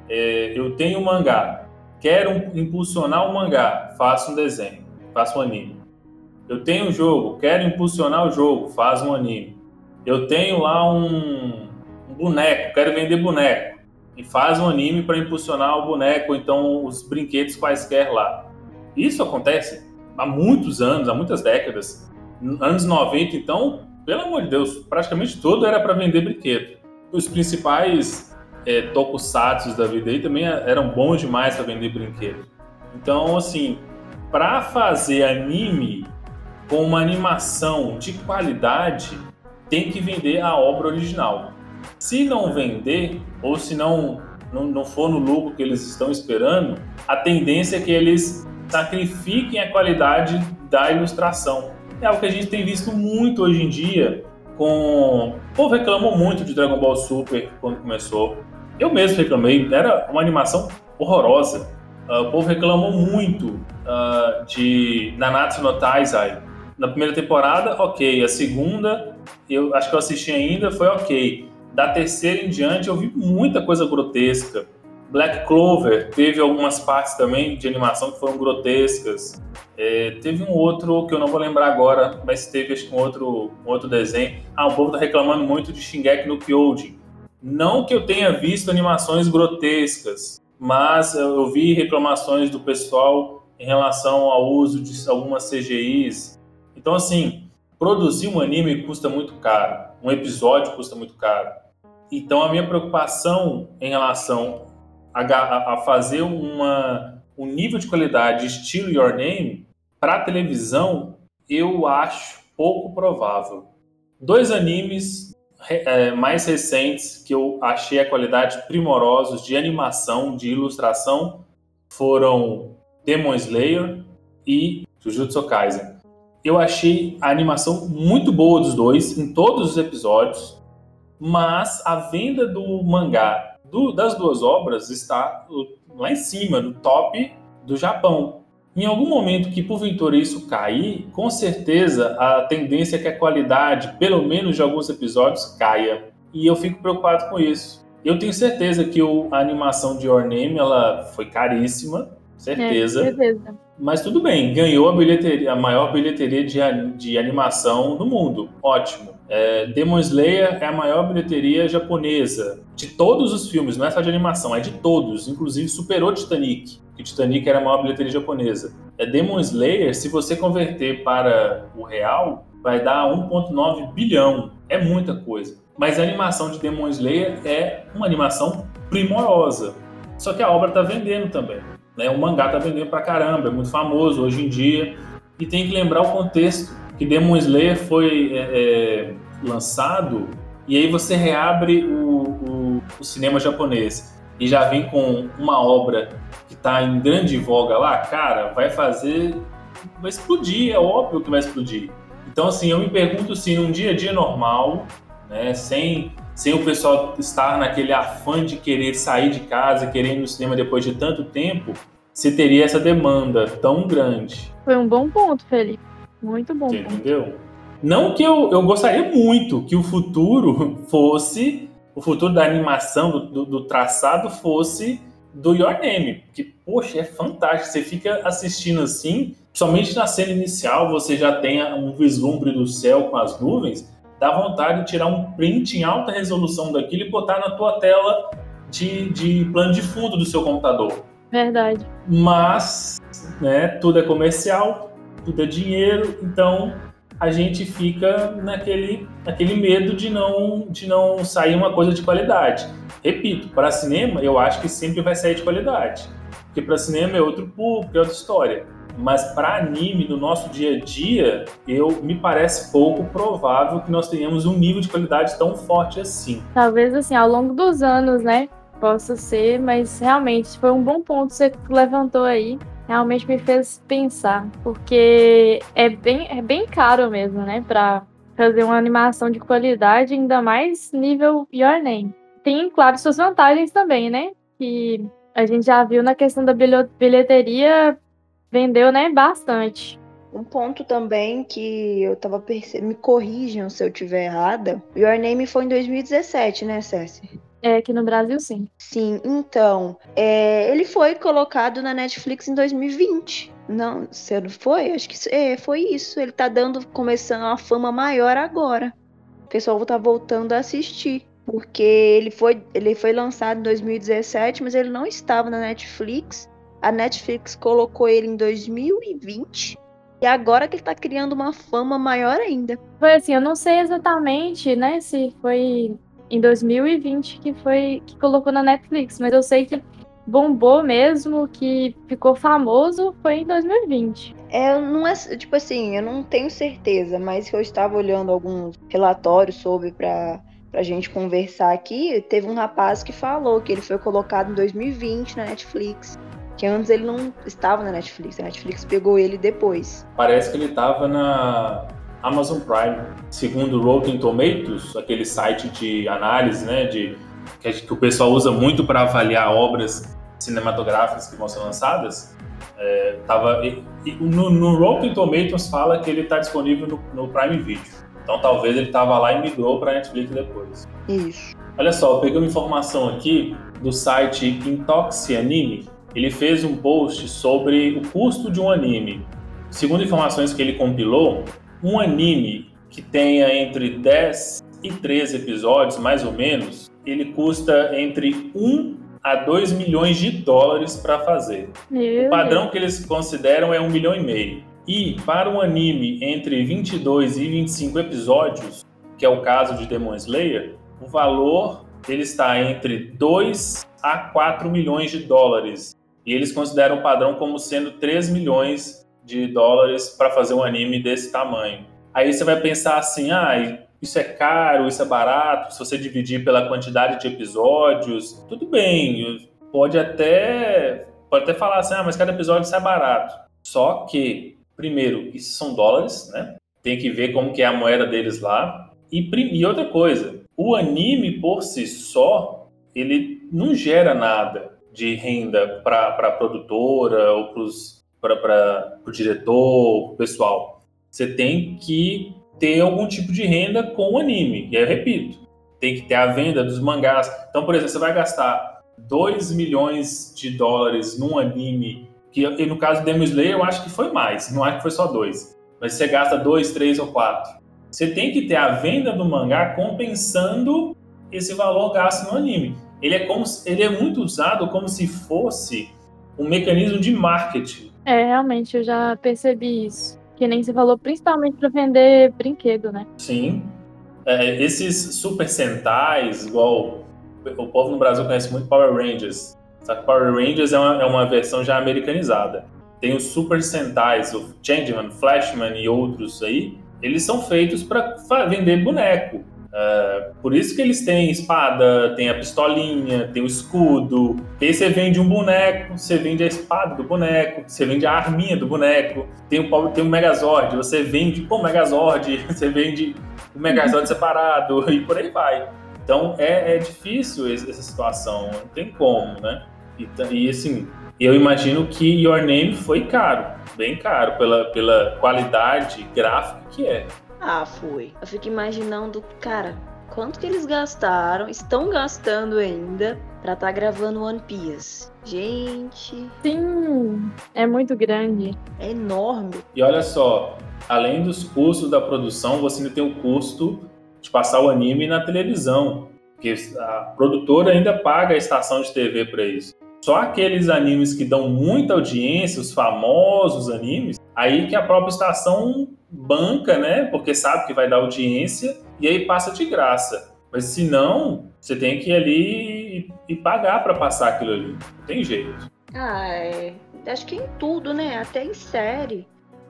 é, eu tenho um mangá, quero impulsionar o mangá, faço um desenho, faço um anime. Eu tenho um jogo, quero impulsionar o jogo, faço um anime. Eu tenho lá um, um boneco, quero vender boneco, e faz um anime para impulsionar o boneco, ou então os brinquedos quaisquer lá. Isso acontece há muitos anos, há muitas décadas. Anos noventa, então, pelo amor de Deus, praticamente todo era para vender brinquedo. Os principais é, tokusatsus da vida aí também eram bons demais para vender brinquedo. Então, assim, para fazer anime com uma animação de qualidade, tem que vender a obra original. Se não vender, ou se não, não, não for no lucro que eles estão esperando, a tendência é que eles sacrifiquem a qualidade da ilustração. É algo que a gente tem visto muito hoje em dia. Com... O povo reclamou muito de Dragon Ball Super quando começou. Eu mesmo reclamei, era uma animação horrorosa. Uh, o povo reclamou muito uh, de Nanatsu no Taizai. Na primeira temporada, ok. A segunda, eu acho que eu assisti ainda, foi ok. Da terceira em diante, eu vi muita coisa grotesca. Black Clover teve algumas partes também de animação que foram grotescas. É, teve um outro que eu não vou lembrar agora, mas teve acho que um outro, um outro desenho. Ah, o povo tá reclamando muito de Shingeki no Kyojin. Não que eu tenha visto animações grotescas, mas eu vi reclamações do pessoal em relação ao uso de algumas C G Is. Então, assim, produzir um anime custa muito caro. Um episódio custa muito caro. Então, a minha preocupação em relação a, a fazer uma, um nível de qualidade estilo Your Name para televisão, eu acho pouco provável. Dois animes é, mais recentes que eu achei a qualidade primorosos de animação, de ilustração, foram Demon Slayer e Jujutsu Kaisen. Eu achei a animação muito boa dos dois, em todos os episódios, mas a venda do mangá do, das duas obras está lá em cima, no top do Japão. Em algum momento que porventura isso cair, com certeza a tendência é que a qualidade, pelo menos de alguns episódios, caia. E eu fico preocupado com isso. Eu tenho certeza que o, a animação de Your Name ela foi caríssima. certeza. É, certeza. Mas tudo bem, ganhou a bilheteria, a maior bilheteria de, de animação do mundo. Ótimo. É, Demon Slayer é a maior bilheteria japonesa de todos os filmes, não é só de animação, é de todos. Inclusive superou Titanic, que Titanic era a maior bilheteria japonesa. É Demon Slayer, se você converter para o real, vai dar um vírgula nove bilhão. É muita coisa. Mas a animação de Demon Slayer é uma animação primorosa. Só que a obra está vendendo também. Né? O mangá está vendendo pra caramba, é muito famoso hoje em dia. E tem que lembrar o contexto, que Demon Slayer foi é, é, lançado e aí você reabre o, o, o cinema japonês e já vem com uma obra que está em grande voga lá, cara, vai fazer... vai explodir, é óbvio que vai explodir. Então, assim, eu me pergunto se num dia a dia normal, né, sem, sem o pessoal estar naquele afã de querer sair de casa, querer ir no cinema depois de tanto tempo, se teria essa demanda tão grande. Foi um bom ponto, Felipe. Muito bom. Você entendeu? Não que eu, eu gostaria muito que o futuro fosse, o futuro da animação, do, do, do traçado fosse do Your Name, que, poxa, é fantástico. Você fica assistindo assim, somente na cena inicial você já tem um vislumbre do céu com as nuvens, dá vontade de tirar um print em alta resolução daquilo e botar na tua tela de, de plano de fundo do seu computador. Verdade. Mas, né, tudo é comercial, tudo é dinheiro, então a gente fica naquele, naquele medo de não, de não sair uma coisa de qualidade. Repito, para cinema eu acho que sempre vai sair de qualidade, porque para cinema é outro público, é outra história. Mas para anime, no nosso dia a dia, eu, me parece pouco provável que nós tenhamos um nível de qualidade tão forte assim. Talvez assim, ao longo dos anos, né, possa ser, mas realmente foi um bom ponto que você levantou aí. Realmente me fez pensar, porque é bem, é bem caro mesmo, né, para fazer uma animação de qualidade, ainda mais nível Your Name. Tem, claro, suas vantagens também, né, que a gente já viu na questão da bilheteria, vendeu, né, bastante. Um ponto também que eu tava percebendo, me corrijam se eu estiver errada, Your Name foi em dois mil e dezessete, né, Céci? É, aqui no Brasil, sim. Sim, então, é, ele foi colocado na Netflix em dois mil e vinte. Não, você não foi? Acho que é, foi isso. Ele tá dando, começando uma fama maior agora. O pessoal tá voltando a assistir. Porque ele foi, ele foi lançado em dois mil e dezessete, mas ele não estava na Netflix. A Netflix colocou ele em dois mil e vinte. E agora que ele tá criando uma fama maior ainda. Foi assim, eu não sei exatamente, né, se foi em dois mil e vinte que foi que colocou na Netflix, mas eu sei que bombou mesmo, que ficou famoso, foi em dois mil e vinte. É, não é, tipo assim, eu não tenho certeza, mas eu estava olhando alguns relatórios sobre pra, pra gente conversar aqui, teve um rapaz que falou que ele foi colocado em dois mil e vinte na Netflix, que antes ele não estava na Netflix, a Netflix pegou ele depois. Parece que ele estava na Amazon Prime. Segundo o Rotten Tomatoes, aquele site de análise, né, de, que, que o pessoal usa muito para avaliar obras cinematográficas que vão ser lançadas, é, tava, e, e no, no Rotten Tomatoes fala que ele está disponível no, no Prime Video. Então talvez ele estava lá e migrou para a Netflix depois. Isso. Olha só, eu peguei uma informação aqui do site Intoxi Anime. Ele fez um post sobre o custo de um anime. Segundo informações que ele compilou, um anime que tenha entre dez e treze episódios, mais ou menos, ele custa entre um a dois milhões de dólares para fazer. Meu o padrão Deus. que eles consideram é um milhão e meio. E para um anime entre vinte e dois e vinte e cinco episódios, que é o caso de Demon Slayer, o valor ele está entre dois a quatro milhões de dólares. E eles consideram o padrão como sendo três milhões de dólares para fazer um anime desse tamanho. Aí você vai pensar assim, ah, isso é caro, isso é barato, se você dividir pela quantidade de episódios, tudo bem, pode até, pode até falar assim, ah, mas cada episódio sai barato. Só que, primeiro, isso são dólares, né? Tem que ver como que é a moeda deles lá. E, e outra coisa, o anime por si só, ele não gera nada de renda para a produtora ou para o diretor, para o pessoal. Você tem que ter algum tipo de renda com o anime. E aí eu repito, tem que ter a venda dos mangás. Então, por exemplo, você vai gastar dois milhões de dólares num anime Que e no caso do Demon Slayer, eu acho que foi mais, não acho que foi só dois. Mas você gasta dois, três ou quatro. Você tem que ter a venda do mangá compensando esse valor gasto no anime. Ele é, como, ele é muito usado como se fosse um mecanismo de marketing. É, realmente, eu já percebi isso. Que nem você falou, principalmente para vender brinquedo, né? Sim. É, esses Super Sentais, igual o povo no Brasil conhece muito Power Rangers. Só que Power Rangers é uma, é uma versão já americanizada. Tem os Super Sentais, o Changeman, Flashman e outros aí. Eles são feitos para vender boneco. Uh, por isso que eles têm espada, tem a pistolinha, tem o escudo. E aí você vende um boneco, você vende a espada do boneco, você vende a arminha do boneco. Tem o, tem o Megazord, você vende o Megazord, você vende o Megazord separado e por aí vai. Então é, é difícil essa situação, não tem como, né? E, e assim, eu imagino que Your Name foi caro, bem caro, pela, pela qualidade gráfica que é. Ah, foi. Eu fico imaginando, cara, quanto que eles gastaram, estão gastando ainda pra estar tá gravando One Piece. Gente. Sim, é muito grande. É enorme. E olha só, além dos custos da produção, você ainda tem o custo de passar o anime na televisão. Porque a produtora ainda paga a estação de T V para isso. Só aqueles animes que dão muita audiência, os famosos animes, aí que a própria estação banca, né? Porque sabe que vai dar audiência e aí passa de graça. Mas se não, você tem que ir ali e pagar para passar aquilo ali. Não tem jeito. Ah, é. Acho que em tudo, né? Até em série.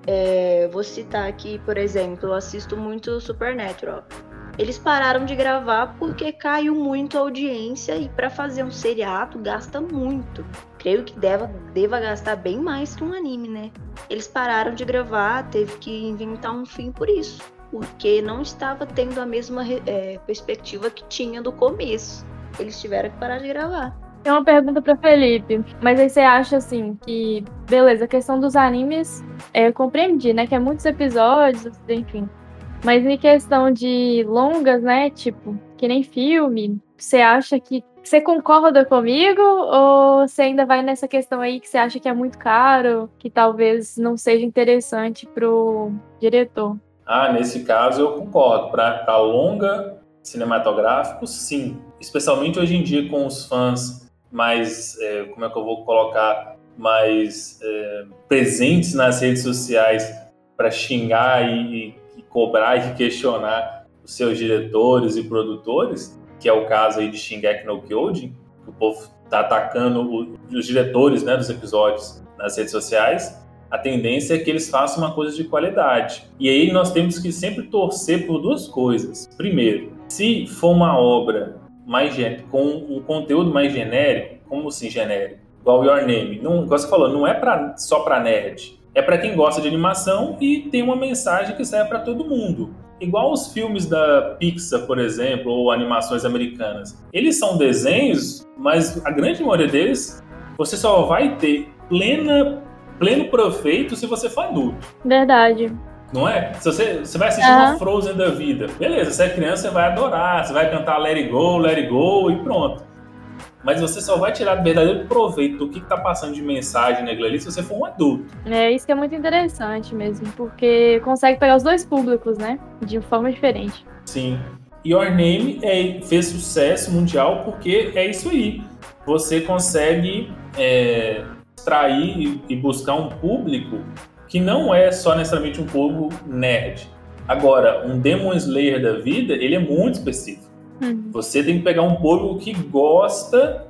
É, vou citar aqui, por exemplo, eu assisto muito Supernatural. Eles pararam de gravar porque caiu muito a audiência e para fazer um seriado gasta muito. Creio que deva, deva gastar bem mais que um anime, né? Eles pararam de gravar, teve que inventar um fim por isso. Porque não estava tendo a mesma é, perspectiva que tinha do começo. Eles tiveram que parar de gravar. Tem uma pergunta para Felipe, mas aí você acha assim que, beleza, a questão dos animes, é, eu compreendi, né? Que é muitos episódios, enfim. Mas em questão de longas, né, tipo, que nem filme, você acha que... Você concorda comigo ou você ainda vai nessa questão aí que você acha que é muito caro, que talvez não seja interessante pro diretor? Ah, nesse caso eu concordo. Para longa cinematográfico, sim. Especialmente hoje em dia com os fãs mais, é, como é que eu vou colocar, mais é, presentes nas redes sociais para xingar e cobrar e questionar os seus diretores e produtores, que é o caso aí de Shingeki no Kyojin, que o povo está atacando o, os diretores, né, dos episódios nas redes sociais. A tendência é que eles façam uma coisa de qualidade. E aí nós temos que sempre torcer por duas coisas. Primeiro, se for uma obra mais com um conteúdo mais genérico, como assim genérico? Igual Your Name, não, igual você falou, não é pra, só para nerd. É para quem gosta de animação e tem uma mensagem que serve para todo mundo. Igual os filmes da Pixar, por exemplo, ou animações americanas. Eles são desenhos, mas a grande maioria deles você só vai ter plena, pleno proveito se você for adulto. Verdade. Não é? Se você, você vai assistir uhum. uma Frozen da vida, beleza, se é criança você vai adorar, você vai cantar Let It Go, Let It Go e pronto. Mas você só vai tirar verdadeiro proveito do que está passando de mensagem naquilo ali se você for um adulto. É, isso que é muito interessante mesmo, porque consegue pegar os dois públicos, né? De forma diferente. Sim. Your Name é, fez sucesso mundial porque é isso aí. Você consegue é, extrair e, e buscar um público que não é só necessariamente um público nerd. Agora, um Demon Slayer da vida, ele é muito específico. Uhum. Você tem que pegar um público que gosta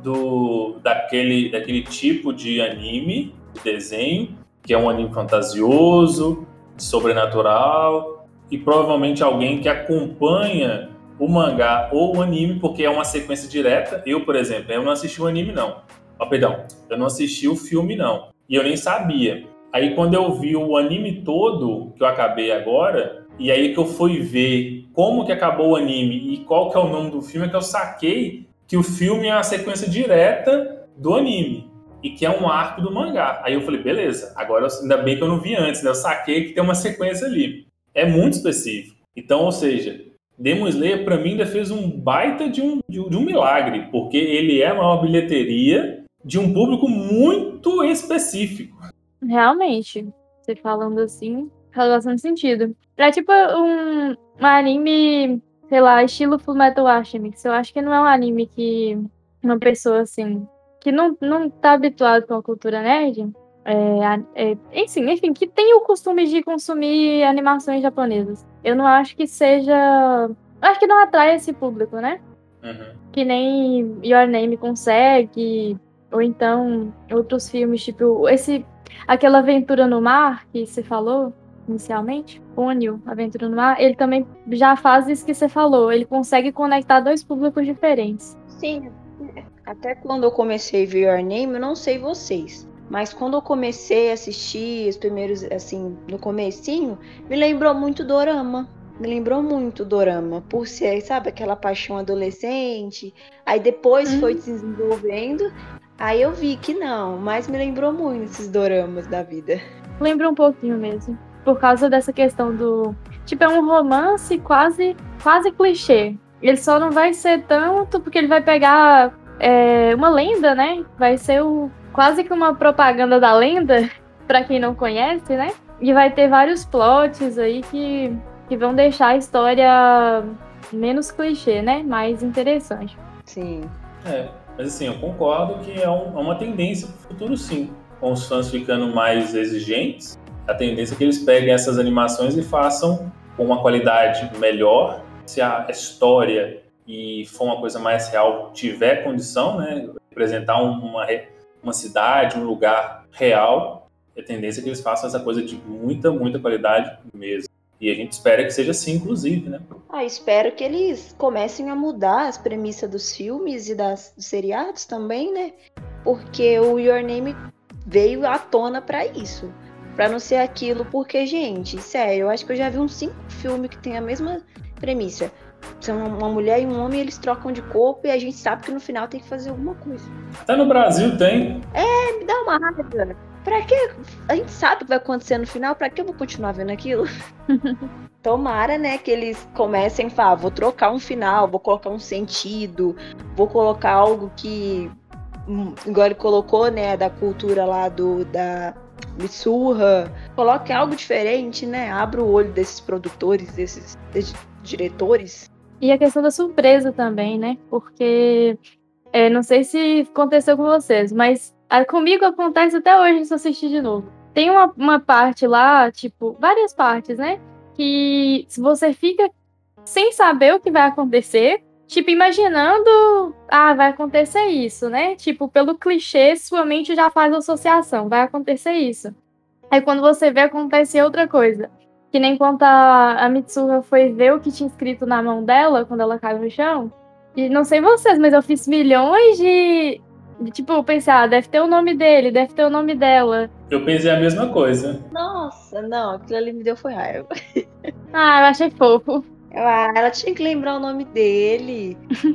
do, daquele, daquele tipo de anime, de desenho, que é um anime fantasioso, sobrenatural, e provavelmente alguém que acompanha o mangá ou o anime, porque é uma sequência direta. Eu, por exemplo, eu não assisti o anime, não. Oh, perdão, eu não assisti o filme, não. E eu nem sabia. Aí, quando eu vi o anime todo, que eu acabei agora, e aí que eu fui ver como que acabou o anime e qual que é o nome do filme, é que eu saquei que o filme é uma sequência direta do anime e que é um arco do mangá. Aí eu falei, beleza, agora ainda bem que eu não vi antes, né? Eu saquei que tem uma sequência ali. É muito específico. Então, ou seja, Demon Slayer pra mim ainda fez um baita de um, de, de um milagre, porque ele é a maior bilheteria de um público muito específico. Realmente, você falando assim, faz bastante sentido. É tipo um, um anime, sei lá, estilo Fullmetal Alchemist. Eu acho que não é um anime que uma pessoa assim, que não, não tá habituado com a cultura nerd, é, é, enfim, enfim, que tem o costume de consumir animações japonesas. Eu não acho que seja... Eu acho que não atrai esse público, né? Uhum. Que nem Your Name consegue, ou então outros filmes, tipo esse, aquela Aventura no Mar que você falou inicialmente, Ponyo, Aventura no Mar, ele também já faz isso que você falou, ele consegue conectar dois públicos diferentes. Sim, até quando eu comecei a ver Your Name, eu não sei vocês, mas quando eu comecei a assistir os primeiros, assim, no comecinho, me lembrou muito Dorama. Me lembrou muito Dorama, por ser, sabe, aquela paixão adolescente. Aí depois Hum. foi se desenvolvendo, aí eu vi que não, mas me lembrou muito esses doramas da vida. Lembra um pouquinho mesmo, por causa dessa questão do... Tipo, é um romance quase, quase clichê. Ele só não vai ser tanto porque ele vai pegar é, uma lenda, né? Vai ser o, quase que uma propaganda da lenda, pra quem não conhece, né? E vai ter vários plots aí que... que vão deixar a história menos clichê, né? Mais interessante. Sim. É, mas assim, eu concordo que é, um, é uma tendência para o futuro, sim. Com os fãs ficando mais exigentes, a tendência é que eles peguem essas animações e façam com uma qualidade melhor. Se a história e for uma coisa mais real, tiver condição, né? Representar uma, uma cidade, um lugar real, a tendência é que eles façam essa coisa de muita, muita qualidade mesmo. E a gente espera que seja assim, inclusive, né? Ah, espero que eles comecem a mudar as premissas dos filmes e das, dos seriados também, né? Porque o Your Name veio à tona pra isso. Pra não ser aquilo, porque, gente, sério, eu acho que eu já vi uns cinco filmes que tem a mesma premissa. São uma mulher e um homem, eles trocam de corpo e a gente sabe que no final tem que fazer alguma coisa. Até no Brasil tem. É, me dá uma raiva. Pra que? A gente sabe o que vai acontecer no final, pra que eu vou continuar vendo aquilo? Tomara, né, que eles comecem a falar, vou trocar um final, vou colocar um sentido, vou colocar algo que, igual ele colocou, né, da cultura lá do, da Mitsuha, coloque algo diferente, né, abra o olho desses produtores, desses, desses diretores. E a questão da surpresa também, né, porque, é, não sei se aconteceu com vocês, mas a, comigo acontece até hoje se eu assistir de novo. Tem uma, uma parte lá, tipo, várias partes, né, que se você fica sem saber o que vai acontecer, tipo, imaginando, ah, vai acontecer isso, né? Tipo, pelo clichê, sua mente já faz associação, vai acontecer isso. Aí quando você vê, acontece outra coisa. Que nem quando a, a Mitsuha foi ver o que tinha escrito na mão dela, quando ela caiu no chão. E não sei vocês, mas eu fiz milhões de... de tipo, eu pensei, ah, deve ter o nome dele, deve ter o nome dela. Eu pensei a mesma coisa. Nossa, não, aquilo ali me deu foi raiva. Ah, eu achei fofo. Ah, ela tinha que lembrar o nome dele.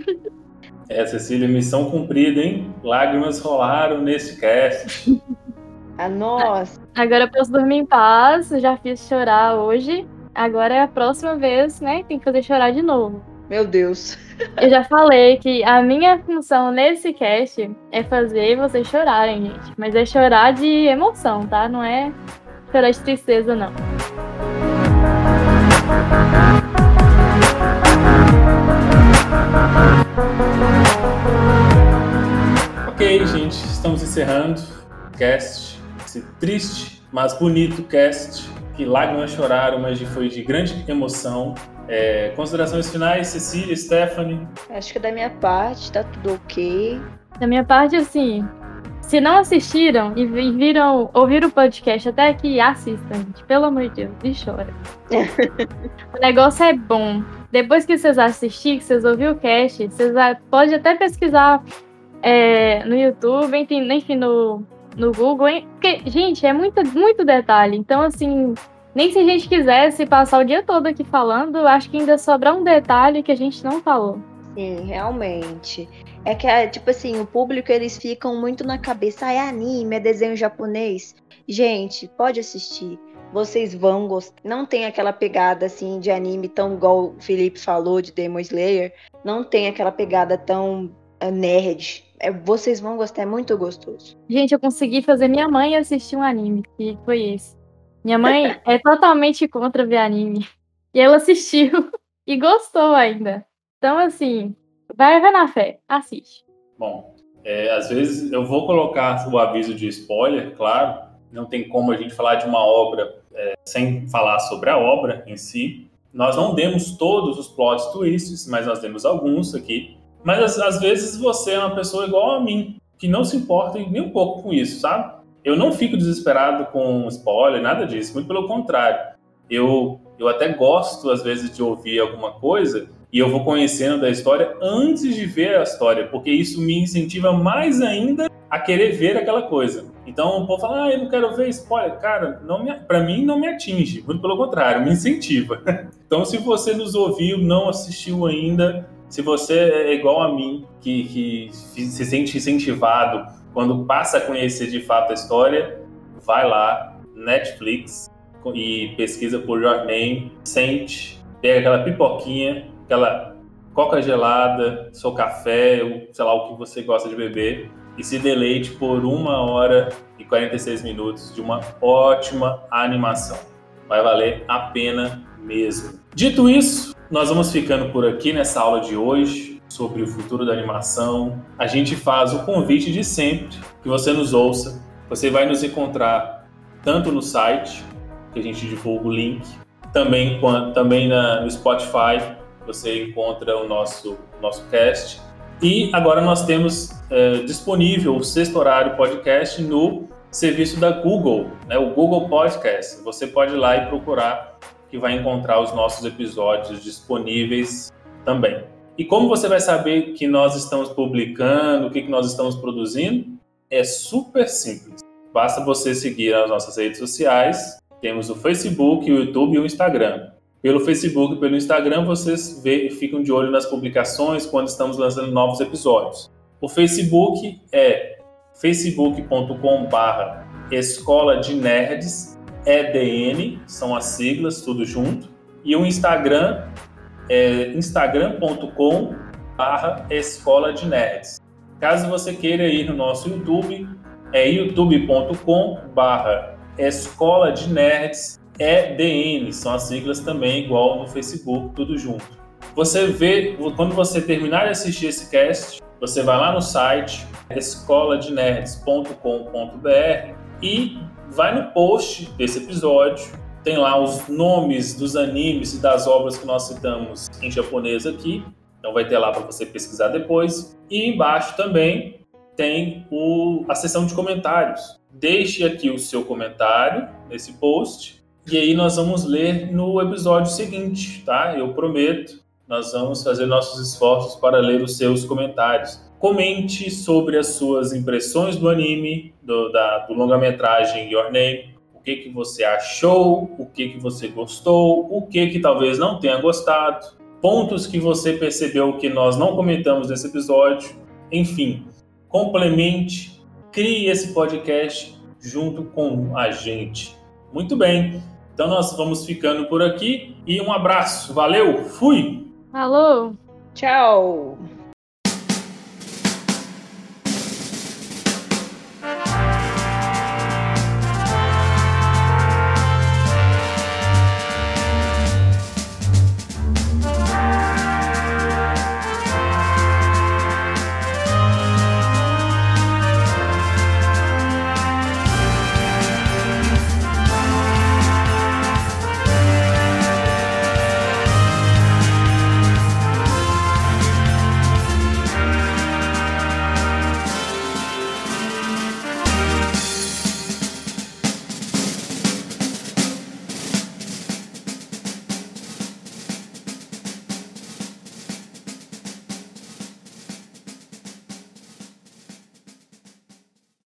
É, Cecília, missão cumprida, hein? Lágrimas rolaram nesse cast. Ah, nossa. Agora eu posso dormir em paz, eu já fiz chorar hoje. Agora é a próxima vez, né? Tem que fazer chorar de novo. Meu Deus. Eu já falei que a minha função nesse cast é fazer vocês chorarem, gente. Mas é chorar de emoção, tá? Não é chorar de tristeza, não. Ok, gente, estamos encerrando o cast. Esse triste, mas bonito cast. Que lágrimas choraram, mas foi de grande emoção. É, considerações finais, Cecília, Stephanie? Acho que da minha parte tá tudo ok. Da minha parte, assim, se não assistiram e viram, ouviram o podcast até aqui, assistam, gente. Pelo amor de Deus, e chora. O negócio é bom. Depois que vocês assistirem, que vocês ouviram o cast, vocês podem até pesquisar é, no YouTube, enfim, no, no Google. Hein? Porque, gente, é muito, muito detalhe. Então, assim, nem se a gente quisesse passar o dia todo aqui falando, acho que ainda sobra um detalhe que a gente não falou. Sim, realmente. É que, tipo assim, o público, eles ficam muito na cabeça, ah, é anime, é desenho japonês. Gente, pode assistir. Vocês vão gostar. Não tem aquela pegada, assim, de anime tão igual o Felipe falou, de Demon Slayer. Não tem aquela pegada tão uh, nerd. É, vocês vão gostar, é muito gostoso. Gente, eu consegui fazer minha mãe assistir um anime, que foi esse. Minha mãe é totalmente contra ver anime. E ela assistiu e gostou ainda. Então, assim, vai, vai na fé, assiste. Bom, é, às vezes eu vou colocar o aviso de spoiler, claro. Não tem como a gente falar de uma obra é, sem falar sobre a obra em si. Nós não demos todos os plot twists, mas nós demos alguns aqui. Mas às, às vezes você é uma pessoa igual a mim, que não se importa nem um pouco com isso, sabe? Eu não fico desesperado com spoiler, nada disso, muito pelo contrário. Eu, eu até gosto, às vezes, de ouvir alguma coisa e eu vou conhecendo da história antes de ver a história, porque isso me incentiva mais ainda a querer ver aquela coisa. Então, o povo fala, ah, eu não quero ver spoiler. Cara, não me, pra mim não me atinge, muito pelo contrário, me incentiva. Então, se você nos ouviu, não assistiu ainda, se você é igual a mim, que, que se sente incentivado quando passa a conhecer de fato a história, vai lá, Netflix, e pesquisa por Your Name, sente, pega aquela pipoquinha, aquela coca gelada, seu café, sei lá o que você gosta de beber, e se deleite por uma hora e quarenta e seis minutos de uma ótima animação. Vai valer a pena mesmo. Dito isso, nós vamos ficando por aqui nessa aula de hoje sobre o futuro da animação. A gente faz o convite de sempre que você nos ouça. Você vai nos encontrar tanto no site, que a gente divulga o link, também, também na, no Spotify, você encontra o nosso, nosso cast. E agora nós temos é, disponível o Sexto Horário Podcast no serviço da Google, né, o Google Podcast. Você pode ir lá e procurar, que vai encontrar os nossos episódios disponíveis também. E como você vai saber que nós estamos publicando, o que, que nós estamos produzindo? É super simples. Basta você seguir as nossas redes sociais. Temos o Facebook, o YouTube e o Instagram. Pelo Facebook e pelo Instagram, vocês vê, ficam de olho nas publicações quando estamos lançando novos episódios. O Facebook é facebook ponto com barra Escola de Nerds, E D N, são as siglas, tudo junto. E o Instagram é instagram ponto com barra Escola de Nerds. Caso você queira ir no nosso YouTube, é youtube ponto com barra Escola de Nerds, E D N, são as siglas também, igual no Facebook, tudo junto. Você vê, quando você terminar de assistir esse cast, você vai lá no site escola de nerds ponto com ponto b r e vai no post desse episódio, tem lá os nomes dos animes e das obras que nós citamos em japonês aqui, então vai ter lá para você pesquisar depois. E embaixo também tem o, a seção de comentários. Deixe aqui o seu comentário nesse post e aí nós vamos ler no episódio seguinte, tá? Eu prometo, nós vamos fazer nossos esforços para ler os seus comentários. Comente sobre as suas impressões do anime, do, da, do longa-metragem Your Name, o que, que você achou, o que, que você gostou, o que, que talvez não tenha gostado, pontos que você percebeu que nós não comentamos nesse episódio, enfim, complemente, crie esse podcast junto com a gente. Muito bem, então nós vamos ficando por aqui e um abraço, valeu, fui! Falou! Tchau!